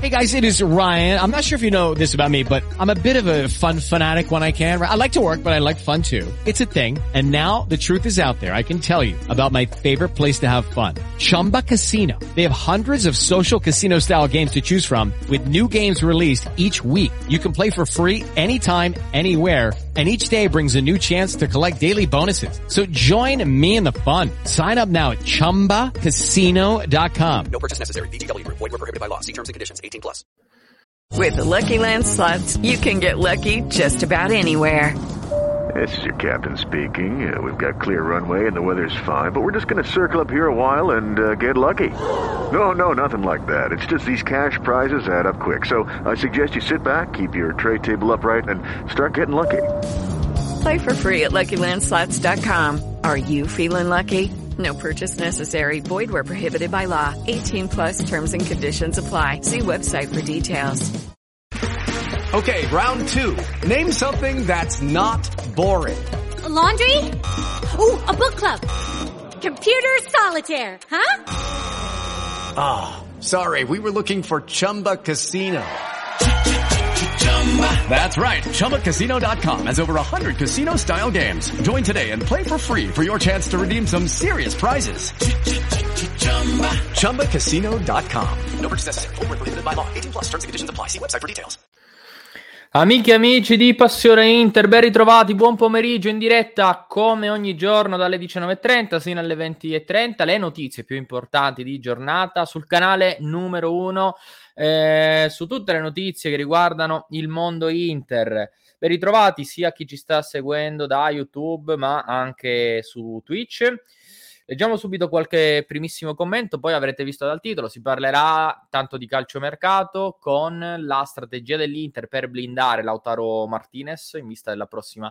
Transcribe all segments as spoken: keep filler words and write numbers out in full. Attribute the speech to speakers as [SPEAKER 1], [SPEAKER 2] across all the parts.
[SPEAKER 1] Hey guys, it is Ryan. I'm not sure if you know this about me, but I'm a bit of a fun fanatic when I can. I like to work, but I like fun too. It's a thing. And now the truth is out there. I can tell you about my favorite place to have fun. Chumba Casino. They have hundreds of social casino style games to choose from with new games released each week. You can play for free anytime, anywhere. And each day brings a new chance to collect daily bonuses. So join me in the fun. Sign up now at chumba casino dot com.
[SPEAKER 2] No purchase necessary. V G W Group. Void where prohibited by law. See terms and conditions. eighteen plus.
[SPEAKER 3] With the Lucky Land Slots, you can get lucky just about anywhere.
[SPEAKER 4] This is your captain speaking. Uh, we've got clear runway and the weather's fine, but we're just going to circle up here a while and uh, get lucky. No, no, nothing like that. It's just these cash prizes add up quick. So I suggest you sit back, keep your tray table upright, and start getting lucky.
[SPEAKER 3] Play for free at lucky land slots dot com. Are you feeling lucky? No purchase necessary. Void where prohibited by law. eighteen plus terms and conditions apply. See website for details.
[SPEAKER 5] Okay, round two. Name something that's not boring.
[SPEAKER 6] A laundry? Ooh, a book club. Computer solitaire, huh?
[SPEAKER 5] Ah, oh, sorry. We were looking for Chumba Casino. That's right. Chumba Casino dot com has over one hundred casino-style games. Join today and play for free for your chance to redeem some serious prizes. Chumba Casino dot com. No purchase necessary. Void where prohibited by law. eighteen plus terms and conditions apply. See website for details.
[SPEAKER 7] Amiche e amici di Passione Inter, ben ritrovati, buon pomeriggio in diretta come ogni giorno dalle diciannove e trenta sino alle venti e trenta, le notizie più importanti di giornata sul canale numero uno, eh, su tutte le notizie che riguardano il mondo Inter. Ben ritrovati sia chi ci sta seguendo da YouTube ma anche su Twitch. Leggiamo subito qualche primissimo commento, poi avrete visto dal titolo, si parlerà tanto di calciomercato con la strategia dell'Inter per blindare Lautaro Martinez in vista della prossima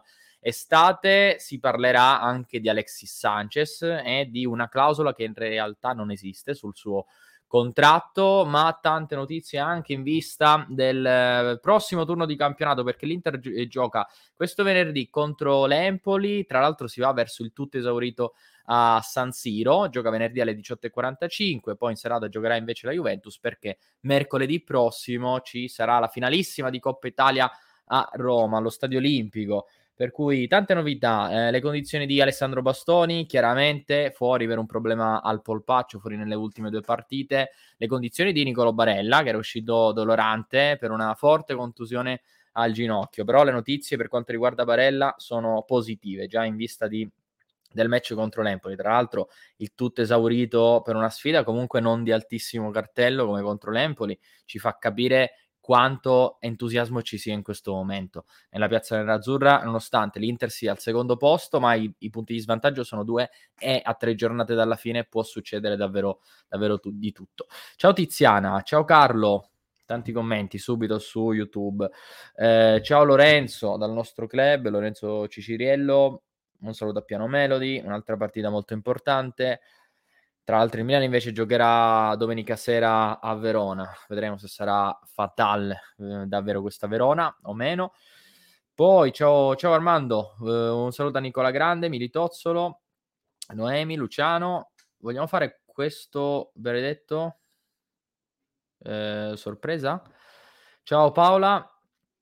[SPEAKER 7] estate, si parlerà anche di Alexis Sanchez e di una clausola che in realtà non esiste sul suo contratto, ma tante notizie anche in vista del prossimo turno di campionato, perché l'Inter gi- gioca questo venerdì contro l'Empoli, tra l'altro si va verso il tutto esaurito a San Siro, gioca venerdì alle diciotto e quarantacinque, poi in serata giocherà invece la Juventus perché mercoledì prossimo ci sarà la finalissima di Coppa Italia a Roma, allo Stadio Olimpico. Per cui tante novità, eh, le condizioni di Alessandro Bastoni, chiaramente fuori per un problema al polpaccio, fuori nelle ultime due partite, le condizioni di Nicolo Barella che era uscito dolorante per una forte contusione al ginocchio, però le notizie per quanto riguarda Barella sono positive, già in vista di, del match contro l'Empoli, tra l'altro il tutto esaurito per una sfida comunque non di altissimo cartello come contro l'Empoli, ci fa capire quanto entusiasmo ci sia in questo momento nella piazza nerazzurra, nonostante l'Inter sia al secondo posto, ma i, i punti di svantaggio sono due e a tre giornate dalla fine può succedere davvero, davvero tu, di tutto. Ciao Tiziana, ciao Carlo, tanti commenti subito su YouTube. Eh, ciao Lorenzo dal nostro club, Lorenzo Ciciriello, un saluto a Piano Melody, un'altra partita molto importante. Tra l'altro il Milan invece giocherà domenica sera a Verona, vedremo se sarà fatale eh, davvero questa Verona o meno. Poi ciao, ciao Armando, eh, un saluto a Nicola Grande, Militozzolo, Noemi, Luciano. Vogliamo fare questo benedetto eh, sorpresa? Ciao Paola,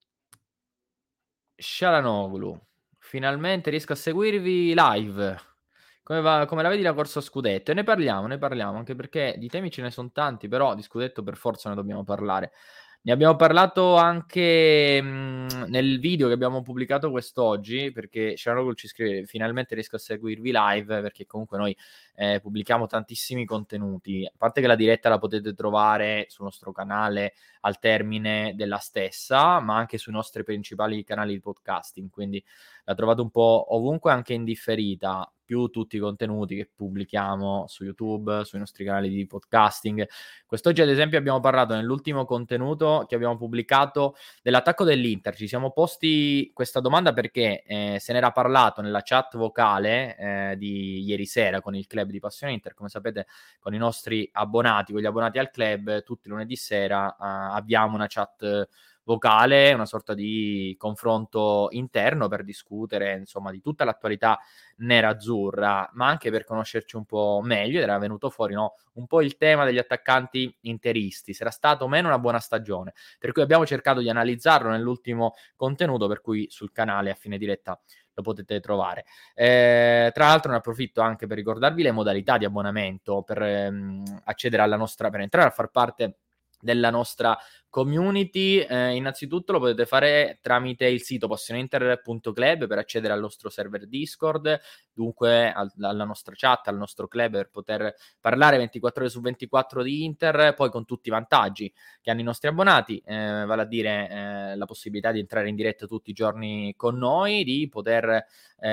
[SPEAKER 7] Sharanoglu, finalmente riesco a seguirvi live. Come, va, come la vedi la corsa a scudetto? E ne parliamo, ne parliamo, anche perché di temi ce ne sono tanti, però di scudetto per forza ne dobbiamo parlare. Ne abbiamo parlato anche mh, nel video che abbiamo pubblicato quest'oggi, perché Sharon ci scrive finalmente riesco a seguirvi live, perché comunque noi eh, pubblichiamo tantissimi contenuti, a parte che la diretta la potete trovare sul nostro canale al termine della stessa, ma anche sui nostri principali canali di podcasting, quindi la trovate un po' ovunque, anche in differita, più tutti i contenuti che pubblichiamo su YouTube, sui nostri canali di podcasting. Quest'oggi ad esempio abbiamo parlato nell'ultimo contenuto che abbiamo pubblicato dell'attacco dell'Inter. Ci siamo posti questa domanda perché eh, se n'era parlato nella chat vocale eh, di ieri sera con il club di Passione Inter. Come sapete, con i nostri abbonati, con gli abbonati al club, tutti lunedì sera eh, abbiamo una chat vocale, una sorta di confronto interno per discutere, insomma, di tutta l'attualità nera-azzurra, ma anche per conoscerci un po' meglio. Ed era venuto fuori, no, un po' il tema degli attaccanti interisti, se era stato o meno una buona stagione, per cui abbiamo cercato di analizzarlo nell'ultimo contenuto, per cui sul canale a fine diretta lo potete trovare. Eh, tra l'altro ne approfitto anche per ricordarvi le modalità di abbonamento per ehm, accedere alla nostra, per entrare a far parte della nostra community. Eh, innanzitutto lo potete fare tramite il sito passioneinter punto club per accedere al nostro server Discord, dunque al, alla nostra chat, al nostro club, per poter parlare ventiquattro ore su ventiquattro di Inter, poi con tutti i vantaggi che hanno i nostri abbonati, eh, vale a dire eh, la possibilità di entrare in diretta tutti i giorni con noi, di poter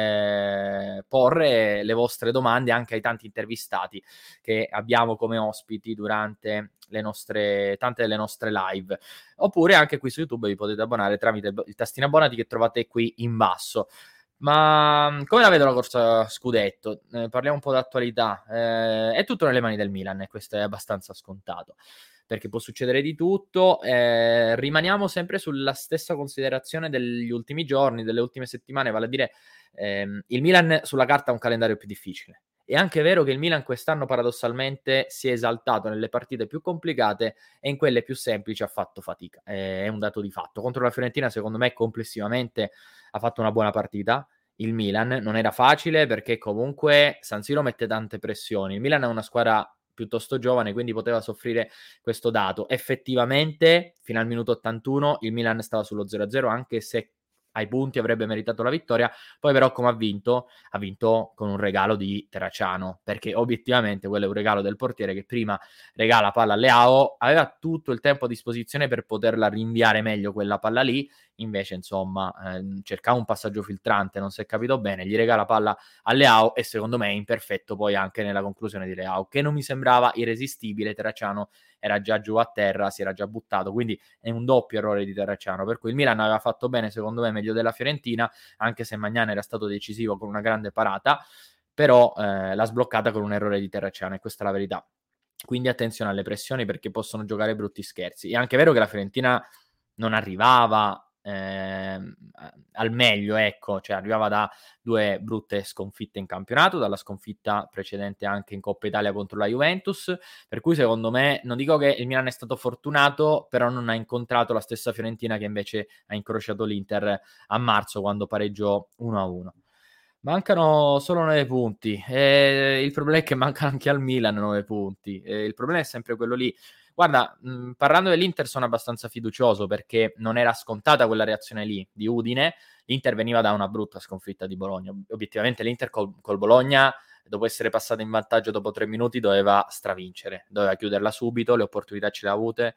[SPEAKER 7] eh, porre le vostre domande anche ai tanti intervistati che abbiamo come ospiti durante le nostre, tante delle nostre live, oppure anche qui su YouTube vi potete abbonare tramite il tastino abbonati che trovate qui in basso. Ma come la vedo la corsa scudetto? Eh, parliamo un po' d'attualità. Eh, è tutto nelle mani del Milan e questo è abbastanza scontato, perché può succedere di tutto. Eh, rimaniamo sempre sulla stessa considerazione degli ultimi giorni, delle ultime settimane, vale a dire ehm, il Milan sulla carta ha un calendario più difficile. È anche vero che il Milan quest'anno paradossalmente si è esaltato nelle partite più complicate e in quelle più semplici ha fatto fatica. È un dato di fatto. Contro la Fiorentina, secondo me, complessivamente ha fatto una buona partita. Il Milan non era facile perché comunque San Siro mette tante pressioni. Il Milan è una squadra piuttosto giovane, quindi poteva soffrire questo dato. Effettivamente, fino al minuto ottantuno, il Milan stava sullo zero a zero, anche se ai punti avrebbe meritato la vittoria. Poi però come ha vinto? Ha vinto con un regalo di Terracciano, perché obiettivamente quello è un regalo del portiere che prima regala palla a Leao, aveva tutto il tempo a disposizione per poterla rinviare meglio quella palla lì, invece insomma eh, cercava un passaggio filtrante, non si è capito bene, gli regala palla a Leao e secondo me è imperfetto poi anche nella conclusione di Leao, che non mi sembrava irresistibile. Terracciano era già giù a terra, si era già buttato, quindi è un doppio errore di Terracciano, per cui il Milan aveva fatto bene, secondo me meglio della Fiorentina, anche se Magnani era stato decisivo con una grande parata, però eh, l'ha sbloccata con un errore di Terracciano e questa è la verità. Quindi attenzione alle pressioni, perché possono giocare brutti scherzi. È anche vero che la Fiorentina non arrivava Eh, al meglio, ecco, cioè arrivava da due brutte sconfitte in campionato, dalla sconfitta precedente anche in Coppa Italia contro la Juventus, per cui secondo me, non dico che il Milan è stato fortunato, però non ha incontrato la stessa Fiorentina che invece ha incrociato l'Inter a marzo quando pareggiò uno a uno. Mancano solo nove punti e il problema è che mancano anche al Milan nove punti e il problema è sempre quello lì. Guarda, mh, parlando dell'Inter sono abbastanza fiducioso, perché non era scontata quella reazione lì di Udine. L'Inter veniva da una brutta sconfitta di Bologna. Obiettivamente l'Inter col, col Bologna, dopo essere passata in vantaggio dopo tre minuti, doveva stravincere, doveva chiuderla subito, le opportunità ce le ha avute.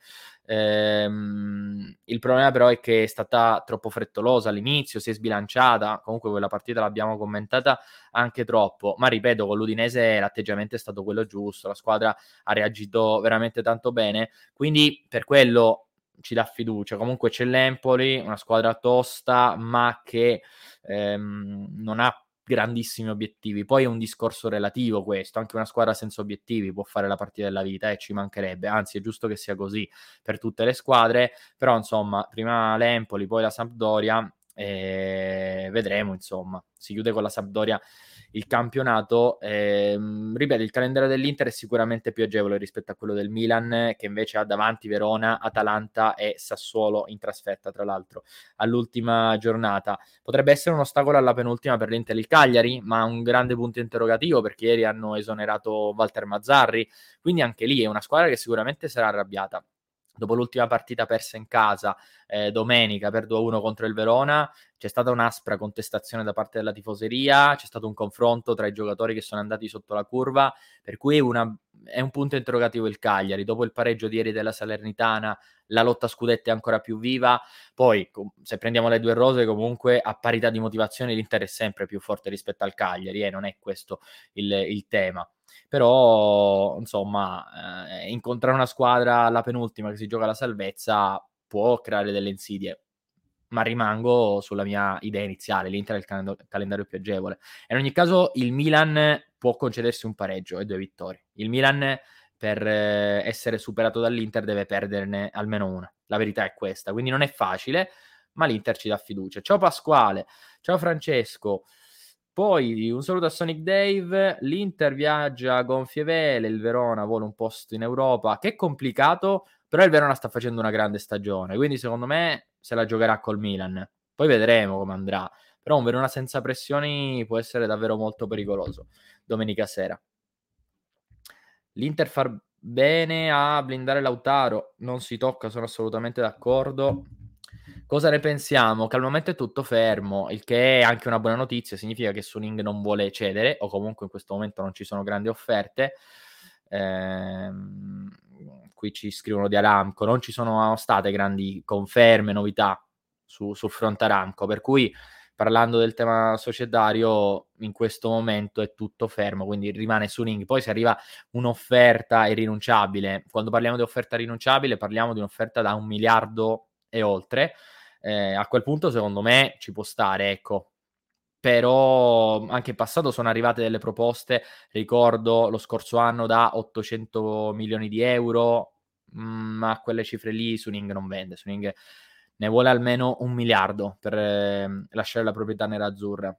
[SPEAKER 7] Ehm, il problema però è che è stata troppo frettolosa all'inizio, si è sbilanciata, comunque quella partita l'abbiamo commentata anche troppo, ma ripeto, con l'Udinese l'atteggiamento è stato quello giusto, la squadra ha reagito veramente tanto bene, quindi per quello ci dà fiducia. Comunque c'è l'Empoli, una squadra tosta ma che ehm, non ha grandissimi obiettivi. Poi è un discorso relativo questo, anche una squadra senza obiettivi può fare la partita della vita e eh, ci mancherebbe, anzi è giusto che sia così per tutte le squadre, però insomma prima l'Empoli, poi la Sampdoria e vedremo, insomma si chiude con la Sampdoria il campionato. Ehm, ripeto, il calendario dell'Inter è sicuramente più agevole rispetto a quello del Milan, che invece ha davanti Verona, Atalanta e Sassuolo in trasferta, tra l'altro all'ultima giornata. Potrebbe essere un ostacolo alla penultima per l'Inter il Cagliari, ma un grande punto interrogativo, perché ieri hanno esonerato Walter Mazzarri, quindi anche lì è una squadra che sicuramente sarà arrabbiata. Dopo l'ultima partita persa in casa eh, domenica per due a uno contro il Verona, c'è stata un'aspra contestazione da parte della tifoseria, c'è stato un confronto tra i giocatori che sono andati sotto la curva, per cui è, una, è un punto interrogativo il Cagliari. Dopo il pareggio di ieri della Salernitana, la lotta a scudetto è ancora più viva. Poi, se prendiamo le due rose, comunque a parità di motivazione l'Inter è sempre più forte rispetto al Cagliari, eh, non è questo il, il tema. Però insomma eh, incontrare una squadra alla penultima che si gioca la salvezza può creare delle insidie, ma rimango sulla mia idea iniziale, l'Inter è il cal- calendario più agevole e in ogni caso il Milan può concedersi un pareggio e due vittorie. Il Milan per eh, essere superato dall'Inter deve perderne almeno una. La verità è questa, quindi non è facile, ma l'Inter ci dà fiducia. Ciao Pasquale, ciao Francesco. Poi un saluto a Sonic Dave. L'Inter viaggia a gonfie vele, il Verona vuole un posto in Europa, che è complicato, però il Verona sta facendo una grande stagione, quindi secondo me se la giocherà col Milan. Poi vedremo come andrà, però un Verona senza pressioni può essere davvero molto pericoloso domenica sera. L'Inter far bene a blindare Lautaro, non si tocca, sono assolutamente d'accordo. Cosa ne pensiamo? Che al momento è tutto fermo, il che è anche una buona notizia, significa che Suning non vuole cedere, o comunque in questo momento non ci sono grandi offerte. Ehm, qui ci scrivono di Aramco, non ci sono state grandi conferme, novità su, sul fronte Aramco, per cui parlando del tema societario in questo momento è tutto fermo, quindi rimane Suning. Poi se arriva un'offerta irrinunciabile, quando parliamo di offerta irrinunciabile parliamo di un'offerta da un miliardo e oltre, eh, a quel punto secondo me ci può stare, ecco. Però anche in passato sono arrivate delle proposte, ricordo lo scorso anno da ottocento milioni di euro, ma a quelle cifre lì Suning non vende, Suning ne vuole almeno un miliardo per eh, lasciare la proprietà nerazzurra.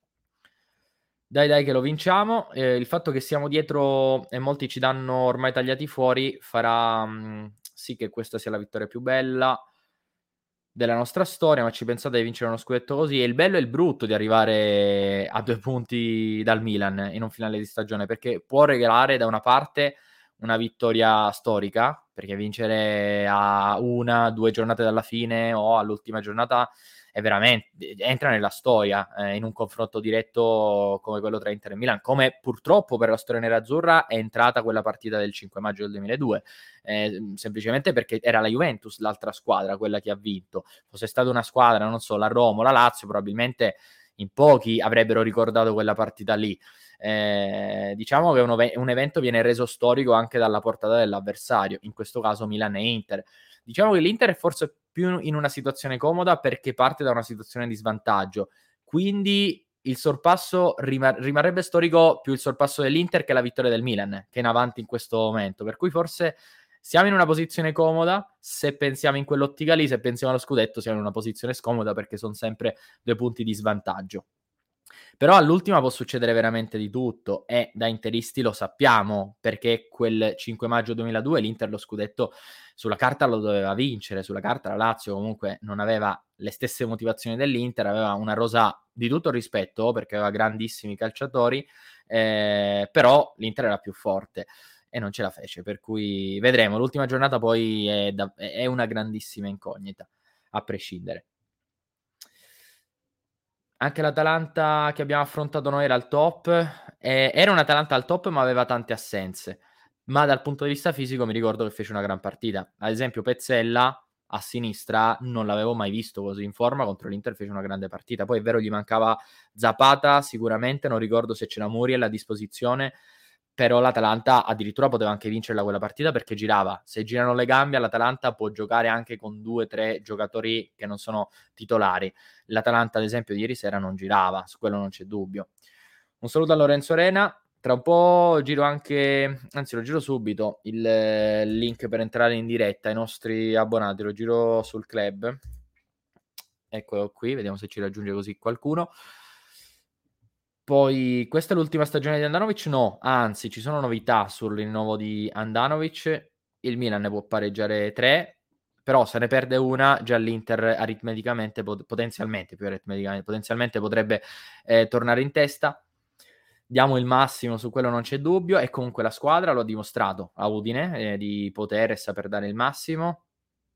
[SPEAKER 7] Dai dai che lo vinciamo, eh, il fatto che siamo dietro e molti ci danno ormai tagliati fuori farà mh, sì che questa sia la vittoria più bella della nostra storia, ma ci pensate di vincere uno scudetto così? E il bello e il brutto di arrivare a due punti dal Milan in un finale di stagione, perché può regalare da una parte una vittoria storica, perché vincere a una, due giornate dalla fine o all'ultima giornata è veramente, entra nella storia eh, in un confronto diretto come quello tra Inter e Milan, come purtroppo per la storia nerazzurra è entrata quella partita del cinque maggio del duemiladue, eh, semplicemente perché era la Juventus l'altra squadra, quella che ha vinto. Fosse stata una squadra, non so, la Roma o la Lazio, probabilmente in pochi avrebbero ricordato quella partita lì. Eh, diciamo che un, un evento viene reso storico anche dalla portata dell'avversario, in questo caso Milan e Inter. Diciamo che l'Inter è forse più in una situazione comoda perché parte da una situazione di svantaggio, quindi il sorpasso rimar- rimarrebbe storico più il sorpasso dell'Inter che la vittoria del Milan, che è in avanti in questo momento, per cui forse siamo in una posizione comoda. Se pensiamo in quell'ottica lì, se pensiamo allo scudetto, siamo in una posizione scomoda perché sono sempre due punti di svantaggio. Però all'ultima può succedere veramente di tutto e da interisti lo sappiamo, perché quel cinque maggio duemiladue l'Inter lo scudetto sulla carta lo doveva vincere, sulla carta la Lazio comunque non aveva le stesse motivazioni dell'Inter, aveva una rosa di tutto rispetto perché aveva grandissimi calciatori, eh, però l'Inter era più forte e non ce la fece, per cui vedremo. L'ultima giornata poi è, da, è una grandissima incognita, a prescindere. Anche l'Atalanta che abbiamo affrontato noi era al top, eh, era un'Atalanta al top ma aveva tante assenze, ma dal punto di vista fisico mi ricordo che fece una gran partita. Ad esempio Pezzella a sinistra non l'avevo mai visto così in forma, contro l'Inter fece una grande partita. Poi è vero gli mancava Zapata sicuramente, non ricordo se c'era Muriel a disposizione, però l'Atalanta addirittura poteva anche vincerla quella partita perché girava. Se girano le gambe l'Atalanta può giocare anche con due o tre giocatori che non sono titolari. L'Atalanta ad esempio di ieri sera non girava, su quello non c'è dubbio. Un saluto a Lorenzo Rena. Tra un po' giro anche, anzi lo giro subito, il link per entrare in diretta ai nostri abbonati, lo giro sul club. Eccolo qui, vediamo se ci raggiunge così qualcuno. Poi, questa è l'ultima stagione di Handanovic? No, anzi, ci sono novità sul rinnovo di Handanovic. Il Milan ne può pareggiare tre, però se ne perde una, già l'Inter aritmeticamente, potenzialmente, più aritmeticamente, potenzialmente potrebbe eh, tornare in testa. Diamo il massimo, su quello non c'è dubbio, e comunque la squadra lo ha dimostrato a Udine eh, di poter e saper dare il massimo.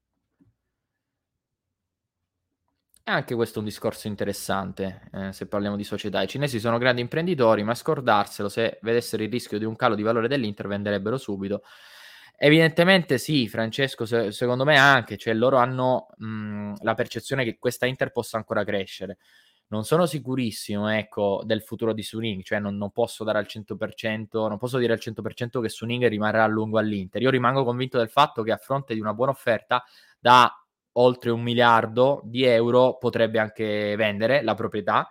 [SPEAKER 7] E anche questo è un discorso interessante, eh, se parliamo di società. I cinesi sono grandi imprenditori, ma scordarselo, se vedessero il rischio di un calo di valore dell'Inter venderebbero subito. Evidentemente sì, Francesco, se, secondo me anche, cioè loro hanno mh, la percezione che questa Inter possa ancora crescere. Non sono sicurissimo, ecco, del futuro di Suning, cioè non, non posso dare al cento per cento, non posso dire al cento per cento che Suning rimarrà a lungo all'Inter. Io rimango convinto del fatto che a fronte di una buona offerta da oltre un miliardo di euro potrebbe anche vendere la proprietà,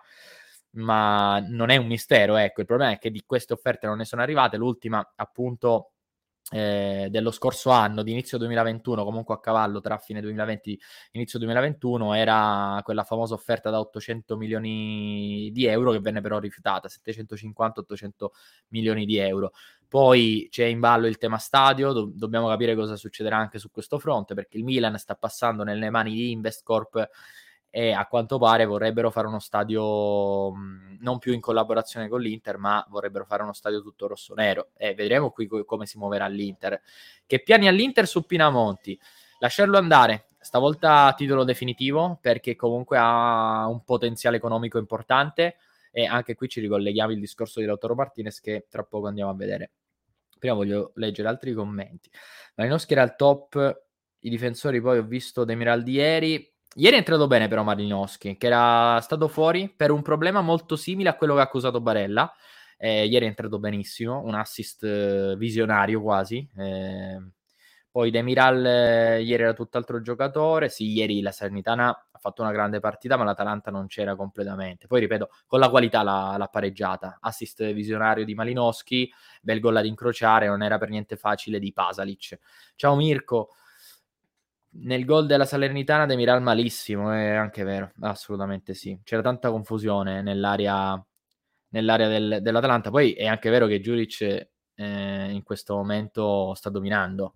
[SPEAKER 7] ma non è un mistero, ecco. Il problema è che di queste offerte non ne sono arrivate. L'ultima appunto eh, dello scorso anno, di inizio duemilaventuno, comunque a cavallo tra fine duemilaventi e inizio duemilaventuno, era quella famosa offerta da ottocento milioni di euro che venne però rifiutata, settecentocinquanta ottocento milioni di euro. Poi c'è in ballo il tema stadio, do- dobbiamo capire cosa succederà anche su questo fronte, perché il Milan sta passando nelle mani di Investcorp e a quanto pare vorrebbero fare uno stadio mh, non più in collaborazione con l'Inter, ma vorrebbero fare uno stadio tutto rosso-nero, e vedremo qui co- come si muoverà l'Inter. Che piani all'Inter su Pinamonti? Lasciarlo andare, stavolta a titolo definitivo, perché comunque ha un potenziale economico importante, e anche qui ci ricolleghiamo il discorso di Lautaro Martinez che tra poco andiamo a vedere. Prima voglio leggere altri commenti. Malinowski era al top, i difensori poi ho visto Demiral ieri. Ieri è entrato bene però Malinowski, che era stato fuori per un problema molto simile a quello che ha accusato Barella. Eh, ieri è entrato benissimo, un assist eh, visionario quasi. Eh, poi Demiral eh, ieri era tutt'altro giocatore. Sì, ieri la Salernitana ha fatto una grande partita, ma l'Atalanta non c'era completamente. Poi ripeto, con la qualità l'ha, l'ha pareggiata. Assist visionario di Malinowski, bel gol ad incrociare, non era per niente facile di Pasalic. Ciao Mirko. Nel gol della Salernitana Demiral malissimo, è anche vero, assolutamente sì. C'era tanta confusione nell'area, nell'area del, dell'Atalanta. Poi è anche vero che Juric eh, in questo momento sta dominando.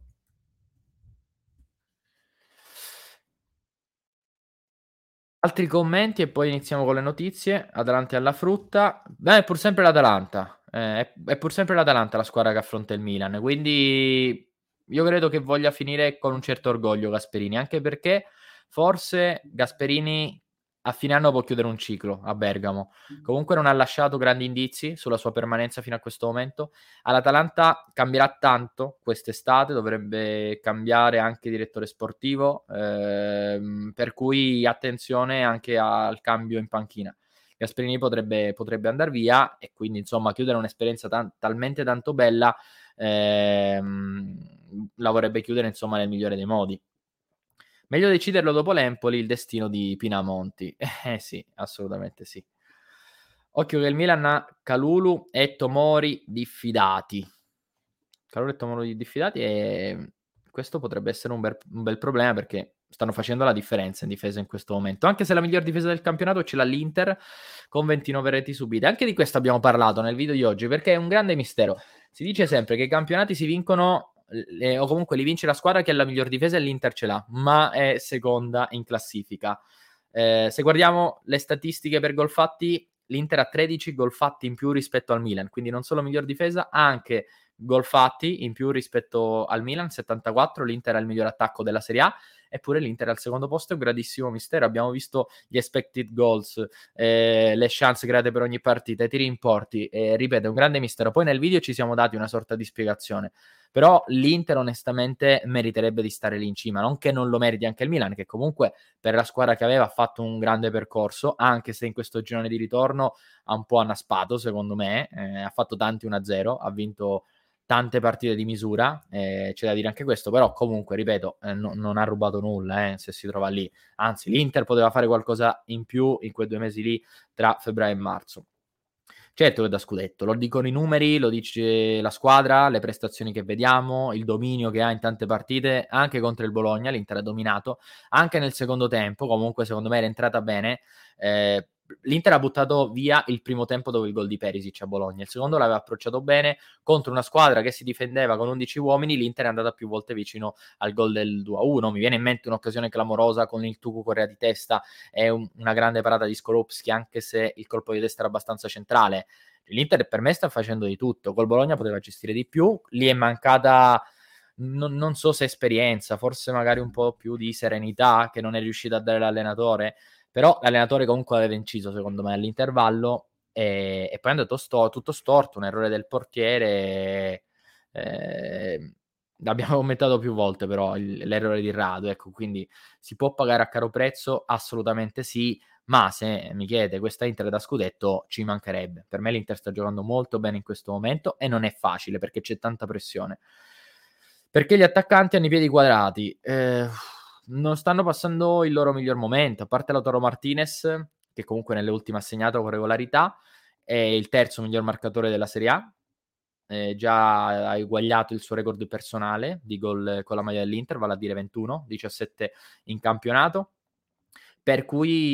[SPEAKER 7] Altri commenti e poi iniziamo con le notizie. Atalanta alla frutta. Beh, è pur sempre l'Atalanta. Eh, è, è pur sempre l'Atalanta la squadra che affronta il Milan. Quindi io credo che voglia finire con un certo orgoglio Gasperini, anche perché forse Gasperini a fine anno può chiudere un ciclo a Bergamo. Comunque non ha lasciato grandi indizi sulla sua permanenza fino a questo momento. All'Atalanta cambierà tanto quest'estate, dovrebbe cambiare anche direttore sportivo, ehm, per cui attenzione anche al cambio in panchina. Gasperini potrebbe, potrebbe andare via e quindi insomma chiudere un'esperienza tan- talmente tanto bella, ehm, la vorrebbe chiudere insomma nel migliore dei modi. Meglio deciderlo dopo l'Empoli, il destino di Pinamonti. Eh sì, assolutamente sì. Occhio che il Milan ha Kalulu e Tomori diffidati. Kalulu e Tomori diffidati e questo potrebbe essere un bel, un bel problema perché stanno facendo la differenza in difesa in questo momento. Anche se la miglior difesa del campionato ce l'ha l'Inter con ventinove reti subite. Anche di questo abbiamo parlato nel video di oggi perché è un grande mistero. Si dice sempre che i campionati si vincono eh, o comunque li vince la squadra che ha la miglior difesa e l'Inter ce l'ha, ma è seconda in classifica. Eh, se guardiamo le statistiche per gol fatti, l'Inter ha tredici gol fatti in più rispetto al Milan, quindi non solo miglior difesa, ha anche gol fatti in più rispetto al Milan, settantaquattro, l'Inter ha il miglior attacco della Serie A, eppure l'Inter al secondo posto è un grandissimo mistero. Abbiamo visto gli expected goals, eh, le chance create per ogni partita, i tiri in porti, eh, ripeto, è un grande mistero. Poi nel video ci siamo dati una sorta di spiegazione, però l'Inter onestamente meriterebbe di stare lì in cima, non che non lo meriti anche il Milan, che comunque per la squadra che aveva ha fatto un grande percorso, anche se in questo girone di ritorno ha un po' annaspato secondo me, eh, ha fatto tanti uno a zero, ha vinto tante partite di misura, eh, c'è da dire anche questo, però comunque, ripeto, eh, no, non ha rubato nulla eh, se si trova lì, anzi l'Inter poteva fare qualcosa in più in quei due mesi lì tra febbraio e marzo. Certo che da scudetto, lo dicono i numeri, lo dice la squadra, le prestazioni che vediamo, il dominio che ha in tante partite, anche contro il Bologna, l'Inter ha dominato, anche nel secondo tempo, comunque secondo me era entrata bene, eh, l'Inter ha buttato via il primo tempo dopo il gol di Perisic a Bologna, il secondo l'aveva approcciato bene contro una squadra che si difendeva con undici uomini, l'Inter è andata più volte vicino al gol del due a uno, mi viene in mente un'occasione clamorosa con il Tucu Correa di testa e un, una grande parata di Skorupski, anche se il colpo di testa era abbastanza centrale. L'Inter per me sta facendo di tutto, col Bologna poteva gestire di più, lì è mancata non, non so se esperienza, forse magari un po' più di serenità che non è riuscito a dare l'allenatore, però l'allenatore comunque aveva inciso secondo me all'intervallo e, e poi è andato sto, tutto storto, un errore del portiere, eh, l'abbiamo commentato più volte però il, l'errore di Radu, ecco, quindi si può pagare a caro prezzo? Assolutamente sì, ma se mi chiede questa Inter da scudetto ci mancherebbe. Per me l'Inter sta giocando molto bene in questo momento e non è facile perché c'è tanta pressione, perché gli attaccanti hanno i piedi quadrati, eh, non stanno passando il loro miglior momento, a parte Lautaro Martinez che comunque nelle ultime ha segnato con regolarità, è il terzo miglior marcatore della Serie A, eh, già ha eguagliato il suo record personale di gol con la maglia dell'Inter, vale a dire ventuno, diciassette in campionato, per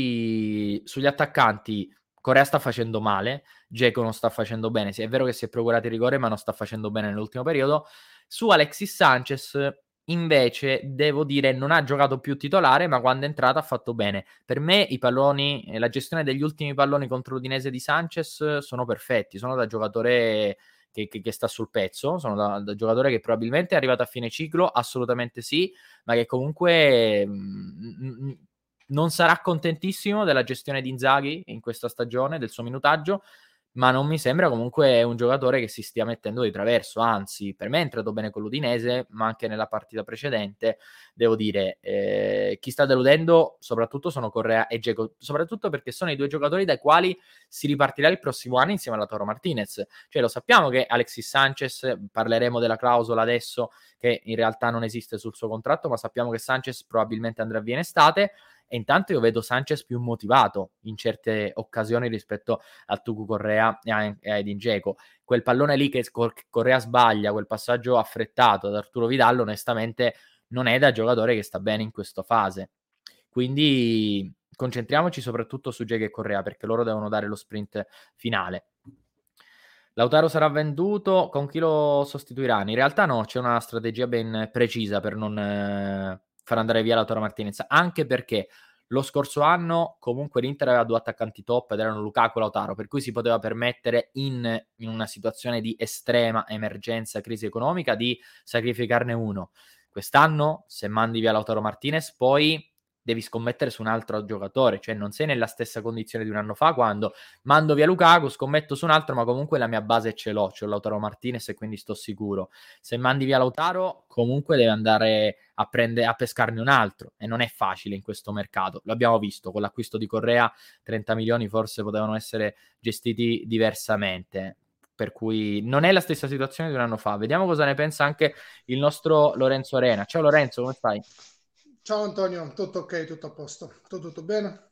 [SPEAKER 7] cui sugli attaccanti Correa sta facendo male, Dzeko non sta facendo bene, sì, è vero che si è procurato il rigore ma non sta facendo bene nell'ultimo periodo. Su Alexis Sanchez invece devo dire non ha giocato più titolare, ma quando è entrato ha fatto bene. Per me i palloni, eh, la gestione degli ultimi palloni contro l'Udinese di Sanchez sono perfetti, sono da giocatore che, che, che sta sul pezzo, sono da, da giocatore che probabilmente è arrivato a fine ciclo, assolutamente sì, ma che comunque mh, non sarà contentissimo della gestione di Inzaghi in questa stagione, del suo minutaggio, ma non mi sembra comunque un giocatore che si stia mettendo di traverso, anzi per me è entrato bene con l'Udinese, ma anche nella partita precedente devo dire eh, chi sta deludendo soprattutto sono Correa e Dzeko, soprattutto perché sono i due giocatori dai quali si ripartirà il prossimo anno insieme a Lautaro Martinez. Cioè lo sappiamo che Alexis Sanchez, parleremo della clausola adesso che in realtà non esiste sul suo contratto, ma sappiamo che Sanchez probabilmente andrà via in estate. E intanto io vedo Sanchez più motivato in certe occasioni rispetto a Tucu Correa e a, e a Edin Dzeko. Quel pallone lì che Correa sbaglia, quel passaggio affrettato ad Arturo Vidal, onestamente non è da giocatore che sta bene in questa fase. Quindi concentriamoci soprattutto su Dzeko e Correa, perché loro devono dare lo sprint finale. Lautaro sarà venduto, con chi lo sostituiranno? In realtà no, c'è una strategia ben precisa per non eh, far andare via Lautaro Martinez, anche perché lo scorso anno comunque l'Inter aveva due attaccanti top ed erano Lukaku e Lautaro, per cui si poteva permettere in, in una situazione di estrema emergenza, crisi economica, di sacrificarne uno. Quest'anno, se mandi via Lautaro Martinez, poi devi scommettere su un altro giocatore, cioè non sei nella stessa condizione di un anno fa quando mando via Lukaku, scommetto su un altro, ma comunque la mia base ce l'ho, c'ho Lautaro Martinez e quindi sto sicuro. Se mandi via Lautaro, comunque devi andare a prendere, a pescarne un altro, e non è facile in questo mercato. Lo abbiamo visto con l'acquisto di Correa, trenta milioni forse potevano essere gestiti diversamente, per cui non è la stessa situazione di un anno fa. Vediamo cosa ne pensa anche il nostro Lorenzo Arena. Ciao Lorenzo, come stai?
[SPEAKER 8] Ciao Antonio, tutto ok, tutto a posto, tutto, tutto bene?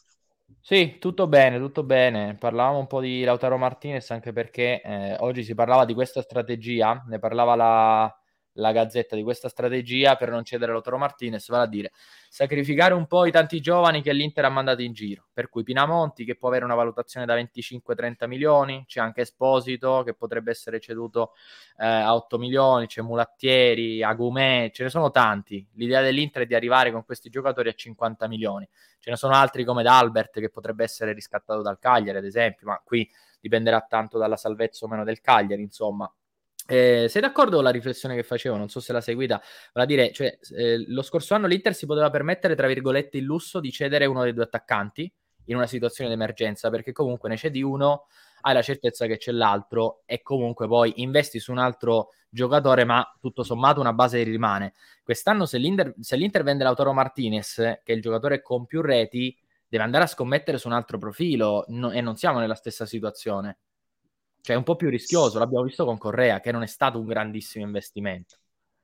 [SPEAKER 7] Sì, tutto bene, tutto bene. Parlavamo un po' di Lautaro Martinez anche perché eh, oggi si parlava di questa strategia, ne parlava la, la Gazzetta di questa strategia per non cedere Lautaro Martinez, vale a dire sacrificare un po' i tanti giovani che l'Inter ha mandato in giro, per cui Pinamonti che può avere una valutazione da venticinque trenta milioni, c'è anche Esposito che potrebbe essere ceduto eh, a otto milioni, c'è Mulattieri, Agumè, ce ne sono tanti. L'idea dell'Inter è di arrivare con questi giocatori a cinquanta milioni. Ce ne sono altri come D'Albert che potrebbe essere riscattato dal Cagliari ad esempio, ma qui dipenderà tanto dalla salvezza o meno del Cagliari, insomma. Eh, sei d'accordo con la riflessione che facevo? Non so se l'ha seguita. Vale a dire, cioè, eh, lo scorso anno l'Inter si poteva permettere, tra virgolette, il lusso di cedere uno dei due attaccanti in una situazione di emergenza, perché comunque ne cedi uno, hai la certezza che c'è l'altro e comunque poi investi su un altro giocatore, ma tutto sommato una base rimane. Quest'anno se l'Inter, se l'Inter vende Lautaro Martinez, che è il giocatore con più reti, deve andare a scommettere su un altro profilo no, e non siamo nella stessa situazione. Cioè è un po' più rischioso, l'abbiamo visto con Correa, che non è stato un grandissimo investimento.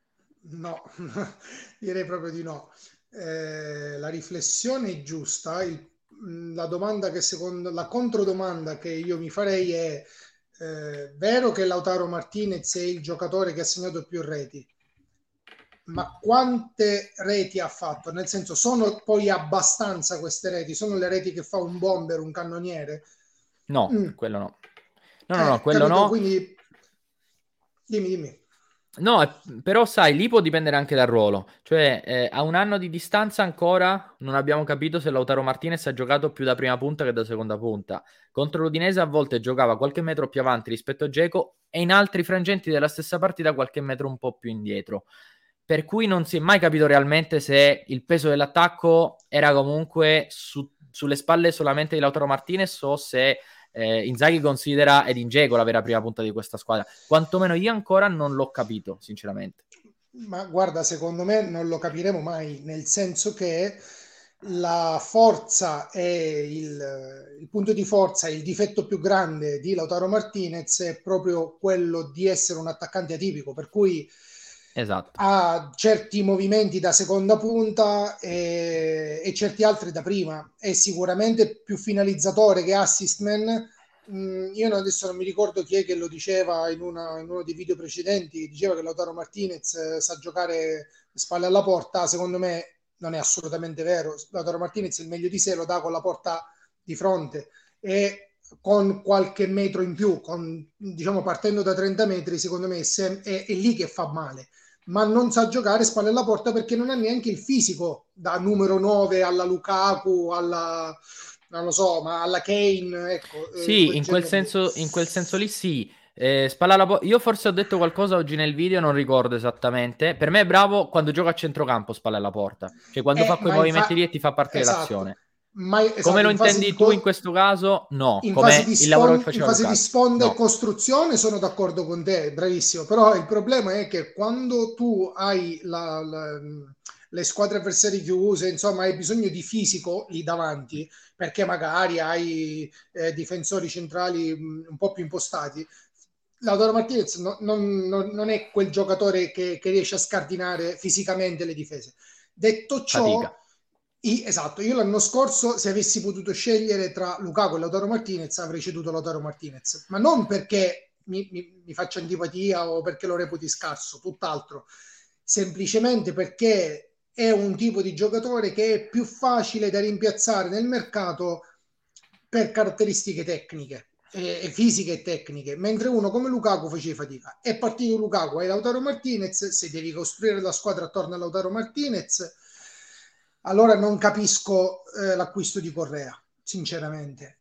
[SPEAKER 8] No, direi proprio di no. Eh, la riflessione è giusta. Il, la domanda che secondo la controdomanda che io mi farei è eh, vero che Lautaro Martinez è il giocatore che ha segnato più reti, ma quante reti ha fatto? Nel senso, sono poi abbastanza queste reti? Sono le reti che fa un bomber, un cannoniere?
[SPEAKER 7] No,
[SPEAKER 8] Mm.
[SPEAKER 7] quello no. No, no,
[SPEAKER 8] Eh,
[SPEAKER 7] no, quello
[SPEAKER 8] capito?
[SPEAKER 7] no.
[SPEAKER 8] Quindi dimmi, dimmi.
[SPEAKER 7] No, però sai, lì può dipendere anche dal ruolo. Cioè, eh, a un anno di distanza ancora non abbiamo capito se Lautaro Martinez ha giocato più da prima punta che da seconda punta. Contro l'Udinese a volte giocava qualche metro più avanti rispetto a Dzeko e in altri frangenti della stessa partita qualche metro un po' più indietro. Per cui non si è mai capito realmente se il peso dell'attacco era comunque su, sulle spalle solamente di Lautaro Martinez o se eh, Inzaghi considera Edin Dzeko la vera prima punta di questa squadra. Quantomeno io ancora non l'ho capito, sinceramente.
[SPEAKER 8] Ma guarda, secondo me non lo capiremo mai, nel senso che la forza e il, il punto di forza, il difetto più grande di Lautaro Martinez è proprio quello di essere un attaccante atipico, per cui
[SPEAKER 7] esatto,
[SPEAKER 8] ha certi movimenti da seconda punta e, e certi altri da prima. È sicuramente più finalizzatore che assist man, mh, io adesso non mi ricordo chi è che lo diceva in, una, in uno dei video precedenti, diceva che Lautaro Martinez eh, sa giocare spalle alla porta. Secondo me non è assolutamente vero. Lautaro Martinez il meglio di sé lo dà con la porta di fronte e con qualche metro in più, con, diciamo partendo da trenta metri, secondo me è, è, è lì che fa male, ma non sa giocare spalle alla porta perché non ha neanche il fisico da numero nove alla Lukaku, alla non lo so, ma alla Kane, ecco.
[SPEAKER 7] Sì,
[SPEAKER 8] quel
[SPEAKER 7] in quel
[SPEAKER 8] genere
[SPEAKER 7] senso,
[SPEAKER 8] lì.
[SPEAKER 7] in quel senso lì sì. Eh, spalla alla po- Io forse ho detto qualcosa oggi nel video, non ricordo esattamente. Per me è bravo quando gioca a centrocampo, spalla alla porta. Cioè quando fa
[SPEAKER 8] Eh,
[SPEAKER 7] quei
[SPEAKER 8] ma in
[SPEAKER 7] movimenti
[SPEAKER 8] fa-
[SPEAKER 7] lì e ti fa partire
[SPEAKER 8] esatto,
[SPEAKER 7] l'azione.
[SPEAKER 8] ma
[SPEAKER 7] Come
[SPEAKER 8] esatto,
[SPEAKER 7] lo
[SPEAKER 8] in fase
[SPEAKER 7] intendi
[SPEAKER 8] di
[SPEAKER 7] tu in
[SPEAKER 8] co-
[SPEAKER 7] questo caso? No,
[SPEAKER 8] in fase di
[SPEAKER 7] come il lavoro che
[SPEAKER 8] spon- in
[SPEAKER 7] faceva
[SPEAKER 8] fase di
[SPEAKER 7] Lukaku.
[SPEAKER 8] sponda e
[SPEAKER 7] No.
[SPEAKER 8] costruzione sono d'accordo con te, bravissimo, però il problema è che quando tu hai la, la- le squadre avversarie chiuse, insomma, hai bisogno di fisico lì davanti, perché magari hai eh, difensori centrali mh, un po' più impostati. Lautaro Martinez no- non, non- non è quel giocatore che, che riesce a scardinare fisicamente le difese. Detto ciò,
[SPEAKER 7] Fatica.
[SPEAKER 8] i- esatto, io l'anno scorso, se avessi potuto scegliere tra Lukaku e Lautaro Martinez, avrei ceduto Lautaro Martinez, ma non perché mi, mi, mi faccia antipatia o perché lo reputi scarso, tutt'altro, semplicemente perché è un tipo di giocatore che è più facile da rimpiazzare nel mercato per caratteristiche tecniche, e, e fisiche e tecniche, mentre uno come Lukaku faceva fatica. È partito Lukaku, hai Lautaro Martinez, se devi costruire la squadra attorno a Lautaro Martinez, allora non capisco eh, l'acquisto di Correa, sinceramente.